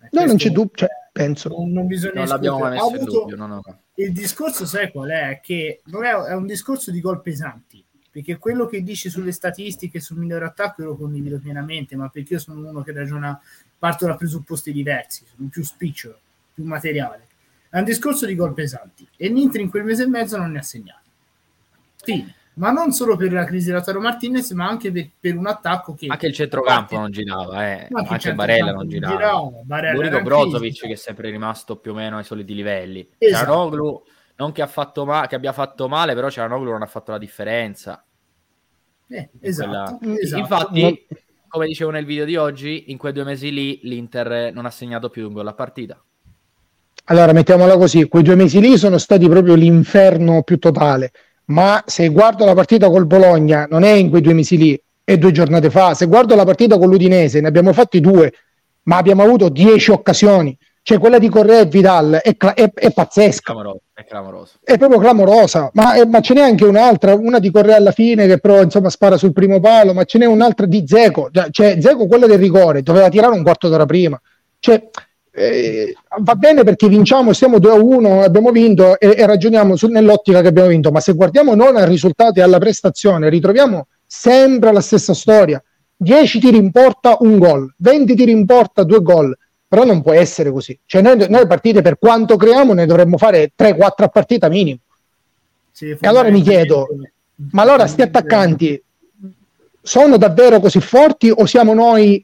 [SPEAKER 8] No, non c'è dubbio, cioè, penso.
[SPEAKER 9] Non, non bisogna
[SPEAKER 7] non l'abbiamo mai messo in dubbio. No, no.
[SPEAKER 9] Il discorso, sai qual è? Che non è, è un discorso di gol pesanti, perché quello che dici sulle statistiche sul miglior attacco io lo condivido pienamente, ma perché io sono uno che ragiona, parto da presupposti diversi, sono più spicciolo, più materiale. È un discorso di gol pesanti e l'Inter in quel mese e mezzo non ne ha segnati. Fine. Ma non solo per la crisi di Lautaro Martinez, ma anche per, per un attacco che...
[SPEAKER 7] Anche il centrocampo non girava, eh. anche, anche Barella non girava. girava
[SPEAKER 9] Barella
[SPEAKER 7] L'unico Brozovic che è sempre rimasto più o meno ai soliti livelli. Esatto. Cialanoglu, non che, ha fatto ma- che abbia fatto male, però Cialanoglu non ha fatto la differenza.
[SPEAKER 9] Eh, esatto,
[SPEAKER 7] quella...
[SPEAKER 9] esatto.
[SPEAKER 7] Infatti, come dicevo nel video di oggi, in quei due mesi lì l'Inter non ha segnato più un gol a partita.
[SPEAKER 8] Allora, mettiamola così, quei due mesi lì sono stati proprio l'inferno più totale. Ma se guardo la partita col Bologna non è in quei due mesi lì, è due giornate fa. Se guardo la partita con l'Udinese ne abbiamo fatti due, ma abbiamo avuto dieci occasioni. Cioè quella di Correa e Vidal è, cla- è, è pazzesca,
[SPEAKER 7] è clamorosa,
[SPEAKER 8] è proprio clamorosa. Ma, eh, ma ce n'è anche un'altra, una di Correa alla fine che però insomma spara sul primo palo, ma ce n'è un'altra di Dzeko. Cioè Dzeko, quella del rigore, doveva tirare un quarto d'ora prima. Cioè Eh, va bene perché vinciamo, siamo due a uno, abbiamo vinto e, e ragioniamo su, nell'ottica che abbiamo vinto, ma se guardiamo non al risultato e alla prestazione ritroviamo sempre la stessa storia: dieci tiri in porta, un gol, venti tiri in porta, due gol. Però non può essere così, cioè noi, noi partite, per quanto creiamo, ne dovremmo fare tre quattro a partita minimo. Sì, e allora mi chiedo, ma allora sti attaccanti sono davvero così forti o siamo noi?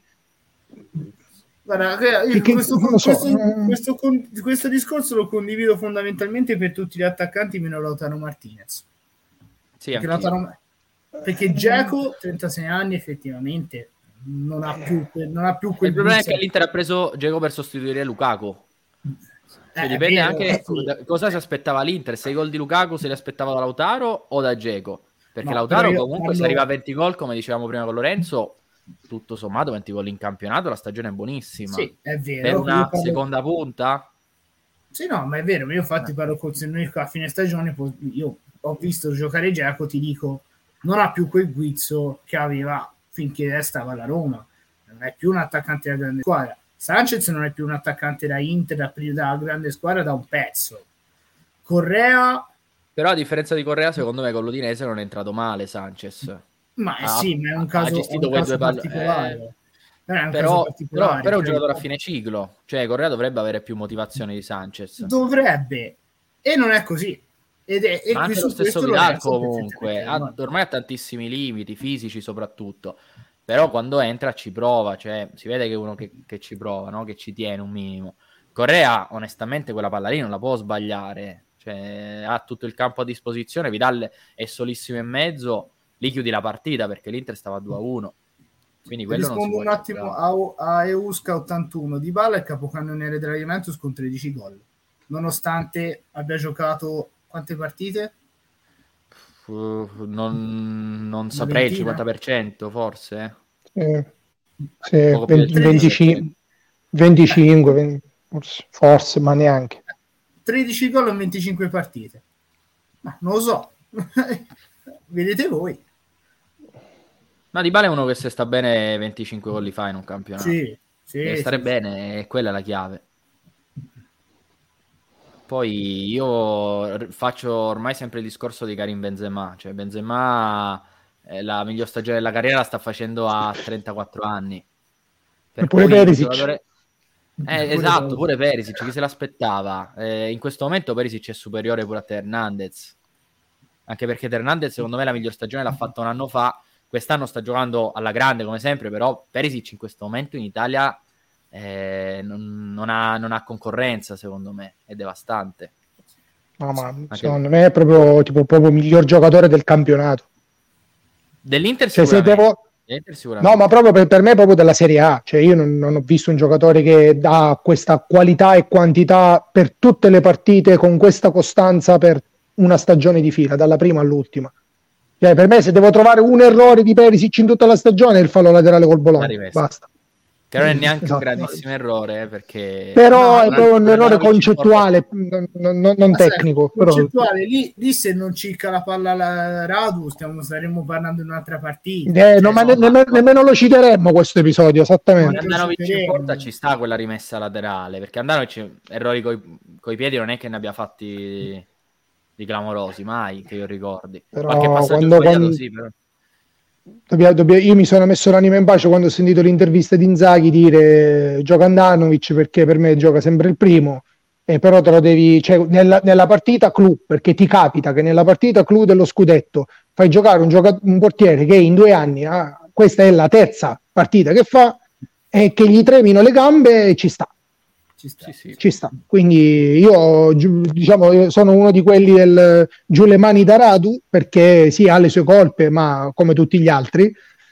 [SPEAKER 9] Guarda, io che, questo, so. questo, questo, questo discorso lo condivido fondamentalmente per tutti gli attaccanti meno Lautaro Martinez.
[SPEAKER 7] Sì,
[SPEAKER 9] perché Lautaro, perché Dzeko, trentasei anni, effettivamente non ha più, non ha più quel...
[SPEAKER 7] Il problema è che l'Inter ha preso Dzeko per sostituire Lukaku. Cioè, eh, dipende vero, anche sì. da cosa si aspettava l'Inter, se i gol di Lukaku se li aspettava da Lautaro o da Dzeko. Perché no, Lautaro comunque parlo... se arriva a venti gol, come dicevamo prima con Lorenzo, tutto sommato venti gol in campionato, la stagione è buonissima.
[SPEAKER 9] Sì, è vero.
[SPEAKER 7] Per una
[SPEAKER 9] parlo...
[SPEAKER 7] seconda punta?
[SPEAKER 9] Sì, no, ma è vero. Io infatti parlo con noi a fine stagione, io ho visto giocare Dzeko, ti dico, non ha più quel guizzo che aveva finché stava alla Roma. Non è più un attaccante della grande squadra. Sanchez non è più un attaccante da Inter, da, da grande squadra da un pezzo. Correa...
[SPEAKER 7] Però a differenza di Correa, secondo me con l'Udinese non è entrato male Sanchez.
[SPEAKER 9] Ma ah, sì, ma è un caso,
[SPEAKER 7] ha gestito
[SPEAKER 9] un caso
[SPEAKER 7] due pall-
[SPEAKER 9] particolare.
[SPEAKER 7] Eh,
[SPEAKER 9] però, è un
[SPEAKER 7] però,
[SPEAKER 9] caso particolare,
[SPEAKER 7] però, però è un giocatore a fine ciclo. Cioè Correa dovrebbe avere più motivazione di Sanchez.
[SPEAKER 9] Dovrebbe. E non è così. Ed è, e
[SPEAKER 7] ma anche lo stesso Vidal comunque. Ha, ormai ha tantissimi limiti, fisici soprattutto. Però quando entra ci prova. Cioè si vede che è uno che, che ci prova, no? Che ci tiene un minimo. Correa, onestamente, quella palla lì non la può sbagliare. Cioè, ha tutto il campo a disposizione. Vidal è solissimo in mezzo. Lì chiudi la partita perché l'Inter stava a due a uno. Quindi quello
[SPEAKER 9] rispondo
[SPEAKER 7] non si
[SPEAKER 9] un attimo a, a Euska ottantuno. Dybala è capocannoniere della Juventus con tredici gol, nonostante abbia giocato quante partite?
[SPEAKER 7] Uh, non, non saprei il cinquanta per cento forse
[SPEAKER 8] eh. Sì, venti, venticinque, venticinque venti, forse, forse, ma neanche
[SPEAKER 9] tredici gol in venticinque partite. Ma non lo so. Vedete voi.
[SPEAKER 7] Ma Dybala è uno che se sta bene venticinque gol li fa in un campionato.
[SPEAKER 9] Sì, sì,
[SPEAKER 7] deve stare
[SPEAKER 9] sì,
[SPEAKER 7] bene, sì. Quella è la chiave. Poi io faccio ormai sempre il discorso di Karim Benzema. Cioè Benzema eh, la miglior stagione della carriera la sta facendo a trentaquattro anni. Per
[SPEAKER 8] pure
[SPEAKER 7] cui
[SPEAKER 8] Perisic.
[SPEAKER 7] Giocatore... Eh, esatto, pure Perisic, chi se l'aspettava? Eh, in questo momento Perisic è superiore pure a Teo Hernandez. Anche perché Teo Hernandez secondo me la miglior stagione l'ha fatta un anno fa, quest'anno sta giocando alla grande come sempre, però Perisic in questo momento in Italia eh, non, non, ha, non ha concorrenza, secondo me, è devastante.
[SPEAKER 8] No, ma Anche... secondo me è proprio tipo proprio miglior giocatore del campionato.
[SPEAKER 7] Dell'Inter
[SPEAKER 8] cioè,
[SPEAKER 7] sicuramente.
[SPEAKER 8] Se devo... No, ma proprio per, per me proprio della Serie A, cioè io non, non ho visto un giocatore che dà questa qualità e quantità per tutte le partite con questa costanza per una stagione di fila, dalla prima all'ultima. Cioè, per me se devo trovare un errore di Perisic in tutta la stagione è il fallo laterale col Bologna, basta.
[SPEAKER 7] Che non è neanche
[SPEAKER 8] esatto.
[SPEAKER 7] un grandissimo errore, eh, perché...
[SPEAKER 8] Però
[SPEAKER 7] no,
[SPEAKER 8] è proprio un errore concettuale, non, non, non tecnico.
[SPEAKER 9] Sai, concettuale,
[SPEAKER 8] però...
[SPEAKER 9] lì, lì se non cicca la palla alla Radu stiamo, staremmo parlando di un'altra partita.
[SPEAKER 8] Eh,
[SPEAKER 9] cioè,
[SPEAKER 8] no, ma
[SPEAKER 9] no,
[SPEAKER 8] ne,
[SPEAKER 9] ma...
[SPEAKER 8] nemmeno lo citeremmo questo episodio, esattamente.
[SPEAKER 7] Quando Andanovic in porta ci sta quella rimessa laterale, perché Andanovic errori coi, coi piedi non è che ne abbia fatti di clamorosi, mai, che io ricordi.
[SPEAKER 8] Però
[SPEAKER 7] qualche passaggio
[SPEAKER 8] quando,
[SPEAKER 7] sbagliato
[SPEAKER 8] quando...
[SPEAKER 7] sì, però...
[SPEAKER 8] Dobbia, dobbia, io mi sono messo l'anima in pace quando ho sentito l'intervista di Inzaghi dire gioca Andanovic perché per me gioca sempre il primo, eh, però te lo devi, cioè, nella, nella partita clou, perché ti capita che nella partita clou dello scudetto fai giocare un, gioca- un portiere che in due anni, ah, questa è la terza partita che fa, e che gli tremino le gambe e ci sta.
[SPEAKER 9] Ci sta.
[SPEAKER 7] Sì, sì.
[SPEAKER 8] Ci sta. Quindi io, diciamo, io sono uno di quelli del giù le mani da Radu, perché sì, ha le sue colpe, ma come tutti gli altri,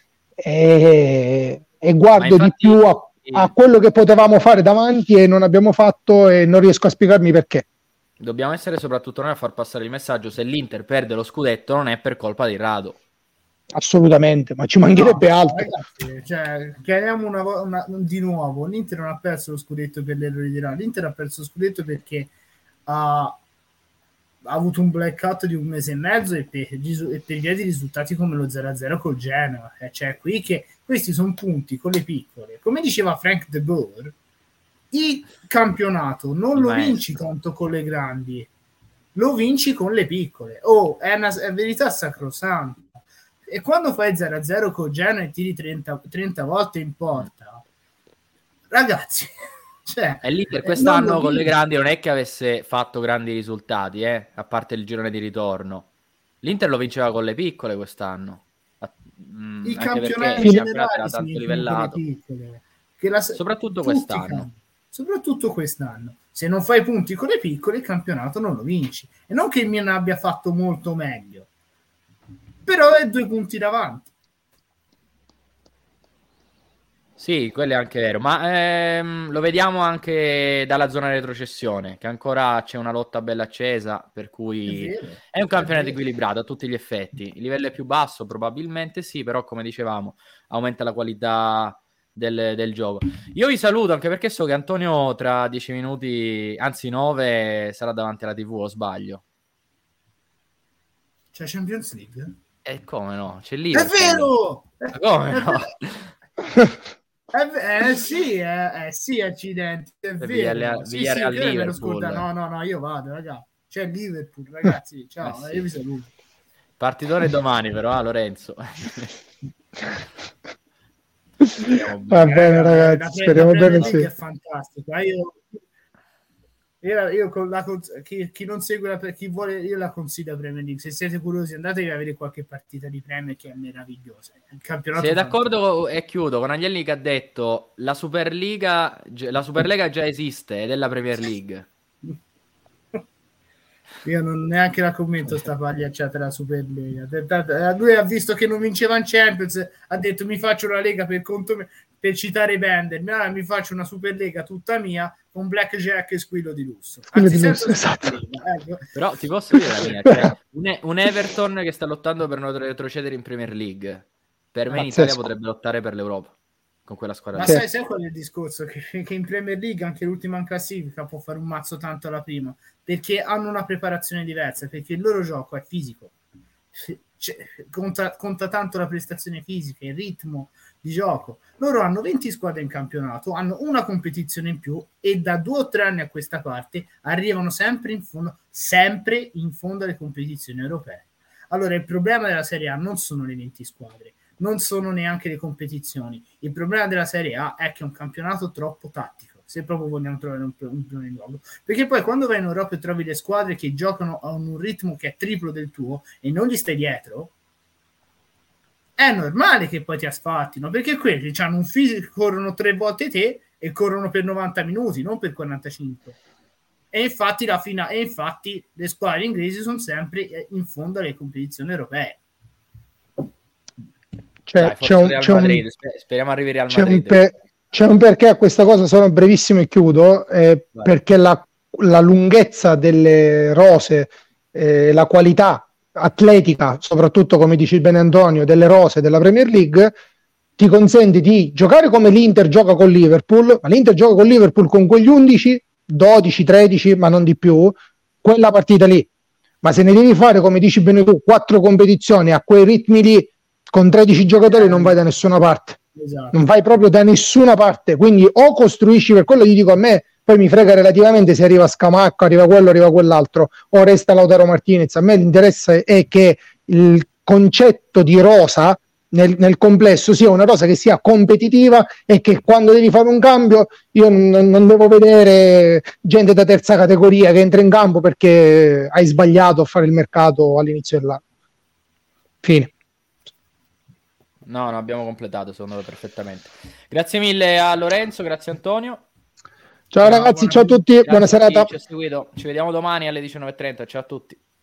[SPEAKER 8] e, e guardo
[SPEAKER 7] infatti,
[SPEAKER 8] di più a, a quello che potevamo fare davanti e non abbiamo fatto, e non riesco a spiegarmi perché.
[SPEAKER 7] Dobbiamo essere soprattutto noi a far passare il messaggio: se l'Inter perde lo scudetto non è per colpa di Radu.
[SPEAKER 8] Assolutamente, ma ci mancherebbe
[SPEAKER 9] no,
[SPEAKER 8] altro.
[SPEAKER 9] Ragazzi, cioè, chiariamo una, una, di nuovo, l'Inter non ha perso lo scudetto per l'errore di Radu, l'Inter ha perso lo scudetto perché ha, ha avuto un blackout di un mese e mezzo e per, e per via di risultati come lo zero a zero col Genoa, eh, cioè qui che questi sono punti con le piccole, come diceva Frank de Boer, il campionato non
[SPEAKER 7] il
[SPEAKER 9] lo
[SPEAKER 7] maestro.
[SPEAKER 9] vinci tanto con le grandi, lo vinci con le piccole. Oh, è una è verità sacrosanta. E quando fai zero a zero con Genoa e tiri trenta, trenta volte in porta, ragazzi, cioè,
[SPEAKER 7] e l'Inter quest'anno con le grandi non è che avesse fatto grandi risultati, eh, a parte il girone di ritorno. L'Inter lo vinceva con le piccole quest'anno. Mm,
[SPEAKER 9] il
[SPEAKER 7] anche
[SPEAKER 9] campionato
[SPEAKER 7] perché
[SPEAKER 9] in
[SPEAKER 7] il campionato
[SPEAKER 9] generale
[SPEAKER 7] era tanto
[SPEAKER 9] si
[SPEAKER 7] livellato.
[SPEAKER 9] piccole, che la,
[SPEAKER 7] soprattutto
[SPEAKER 9] tutti
[SPEAKER 7] quest'anno.
[SPEAKER 9] Camp- soprattutto quest'anno. Se non fai punti con le piccole, il campionato non lo vinci. E non che il Milan abbia fatto molto meglio, però è due punti davanti.
[SPEAKER 7] Sì, quello è anche vero, ma ehm, lo vediamo anche dalla zona retrocessione, che ancora c'è una lotta bella accesa, per cui
[SPEAKER 9] È vero,
[SPEAKER 7] è un campionato
[SPEAKER 9] è vero.
[SPEAKER 7] equilibrato a tutti gli effetti. Il livello è più basso, probabilmente sì, però come dicevamo, aumenta la qualità del, del gioco. Io vi saluto, anche perché so che Antonio tra dieci minuti, anzi nove, sarà davanti alla tivù, o sbaglio?
[SPEAKER 9] C'è Champions League?
[SPEAKER 7] E come no? C'è
[SPEAKER 9] È
[SPEAKER 7] Liverpool.
[SPEAKER 9] vero!
[SPEAKER 7] Ma come
[SPEAKER 9] È
[SPEAKER 7] no?
[SPEAKER 9] Eh, eh sì, eh, eh sì, accidenti, è vero.
[SPEAKER 7] Villarreal-
[SPEAKER 9] Sì,
[SPEAKER 7] Villarreal
[SPEAKER 9] sì, io me lo
[SPEAKER 7] Liverpool.
[SPEAKER 9] scorda. No, no, no, io vado, ragazzi. C'è Liverpool, ragazzi. Ciao,
[SPEAKER 7] Eh sì.
[SPEAKER 9] io vi saluto.
[SPEAKER 7] Partitore domani però, ah, Lorenzo.
[SPEAKER 8] Va bene, ragazzi,
[SPEAKER 9] la,
[SPEAKER 8] speriamo
[SPEAKER 9] la
[SPEAKER 8] bene.
[SPEAKER 9] Premier League
[SPEAKER 8] Sì.
[SPEAKER 9] è fantastica. Io, io, io con la, chi, chi non segue la, chi vuole, io la consiglio la Premier League. Se siete curiosi, andatevi a vedere qualche partita di Premier che è meravigliosa. Il campionato
[SPEAKER 7] Sei d'accordo? E chiudo con Agnelli che ha detto la Superliga, la Superlega già esiste ed è la Premier League.
[SPEAKER 9] Io non neanche la commento sta pagliacciata della Superlega. Lui ha visto che non vinceva in Champions, ha detto mi faccio la Lega per conto mio, per citare Bender, allora mi faccio una Superlega tutta mia con blackjack e squillo di lusso.
[SPEAKER 8] Squillo
[SPEAKER 9] Anzi,
[SPEAKER 8] di lusso,
[SPEAKER 9] senza
[SPEAKER 8] esatto.
[SPEAKER 9] ecco.
[SPEAKER 7] Però ti posso dire la mia, cioè, un, un Everton che sta lottando per non retrocedere in Premier League, per me in
[SPEAKER 8] Pazzesco.
[SPEAKER 7] Italia potrebbe lottare per l'Europa con quella squadra.
[SPEAKER 9] Ma
[SPEAKER 7] lì.
[SPEAKER 9] sai, sai qual è il discorso? Che, che in Premier League anche l'ultima in classifica può fare un mazzo tanto alla prima, perché hanno una preparazione diversa, perché il loro gioco è fisico. Cioè, conta, conta tanto la prestazione fisica, il ritmo di gioco. Loro hanno venti squadre in campionato, hanno una competizione in più e da due o tre anni a questa parte arrivano sempre in fondo, sempre in fondo alle competizioni europee. Allora il problema della Serie A non sono le venti squadre, non sono neanche le competizioni. Il problema della Serie A è che è un campionato troppo tattico, se proprio vogliamo trovare un, un, un luogo, perché poi quando vai in Europa e trovi le squadre che giocano a un ritmo che è triplo del tuo e non gli stai dietro, è normale che poi ti asfaltino, perché quelli hanno un fisico, corrono tre volte te e corrono per novanta minuti, non per quarantacinque. E infatti la fina, e infatti le squadre inglesi sono sempre in fondo alle competizioni europee.
[SPEAKER 8] Cioè,
[SPEAKER 7] Dai,
[SPEAKER 8] c'è un,
[SPEAKER 7] Real
[SPEAKER 8] c'è un,
[SPEAKER 7] Madrid. Speriamo arrivi al
[SPEAKER 8] c'è un,
[SPEAKER 7] Madrid.
[SPEAKER 8] per, c'è un perché a questa cosa, sono brevissimo e chiudo, eh, perché la, la lunghezza delle rose, eh, la qualità atletica, soprattutto come dice bene Antonio, delle rose della Premier League ti consente di giocare come l'Inter gioca con Liverpool, ma l'Inter gioca con Liverpool con quegli undici, dodici, tredici, ma non di più, quella partita lì. Ma se ne devi fare, come dici bene tu, quattro competizioni a quei ritmi lì, con tredici giocatori non vai da nessuna parte. Esatto. Non vai proprio da nessuna parte, quindi o costruisci, per quello gli dico, a me poi mi frega relativamente se arriva Scamacca, arriva quello, arriva quell'altro, o resta Lautaro Martinez. A me l'interesse è che il concetto di rosa nel, nel complesso sia una rosa che sia competitiva e che quando devi fare un cambio io non, non devo vedere gente da terza categoria che entra in campo perché hai sbagliato a fare il mercato all'inizio dell'anno. Fine.
[SPEAKER 7] No, no, abbiamo completato secondo me perfettamente. Grazie mille a Lorenzo, grazie Antonio.
[SPEAKER 8] Ciao, ciao ragazzi, ciao a tutti, buona serata.
[SPEAKER 7] Ci, ci vediamo domani alle diciannove e trenta, ciao a tutti.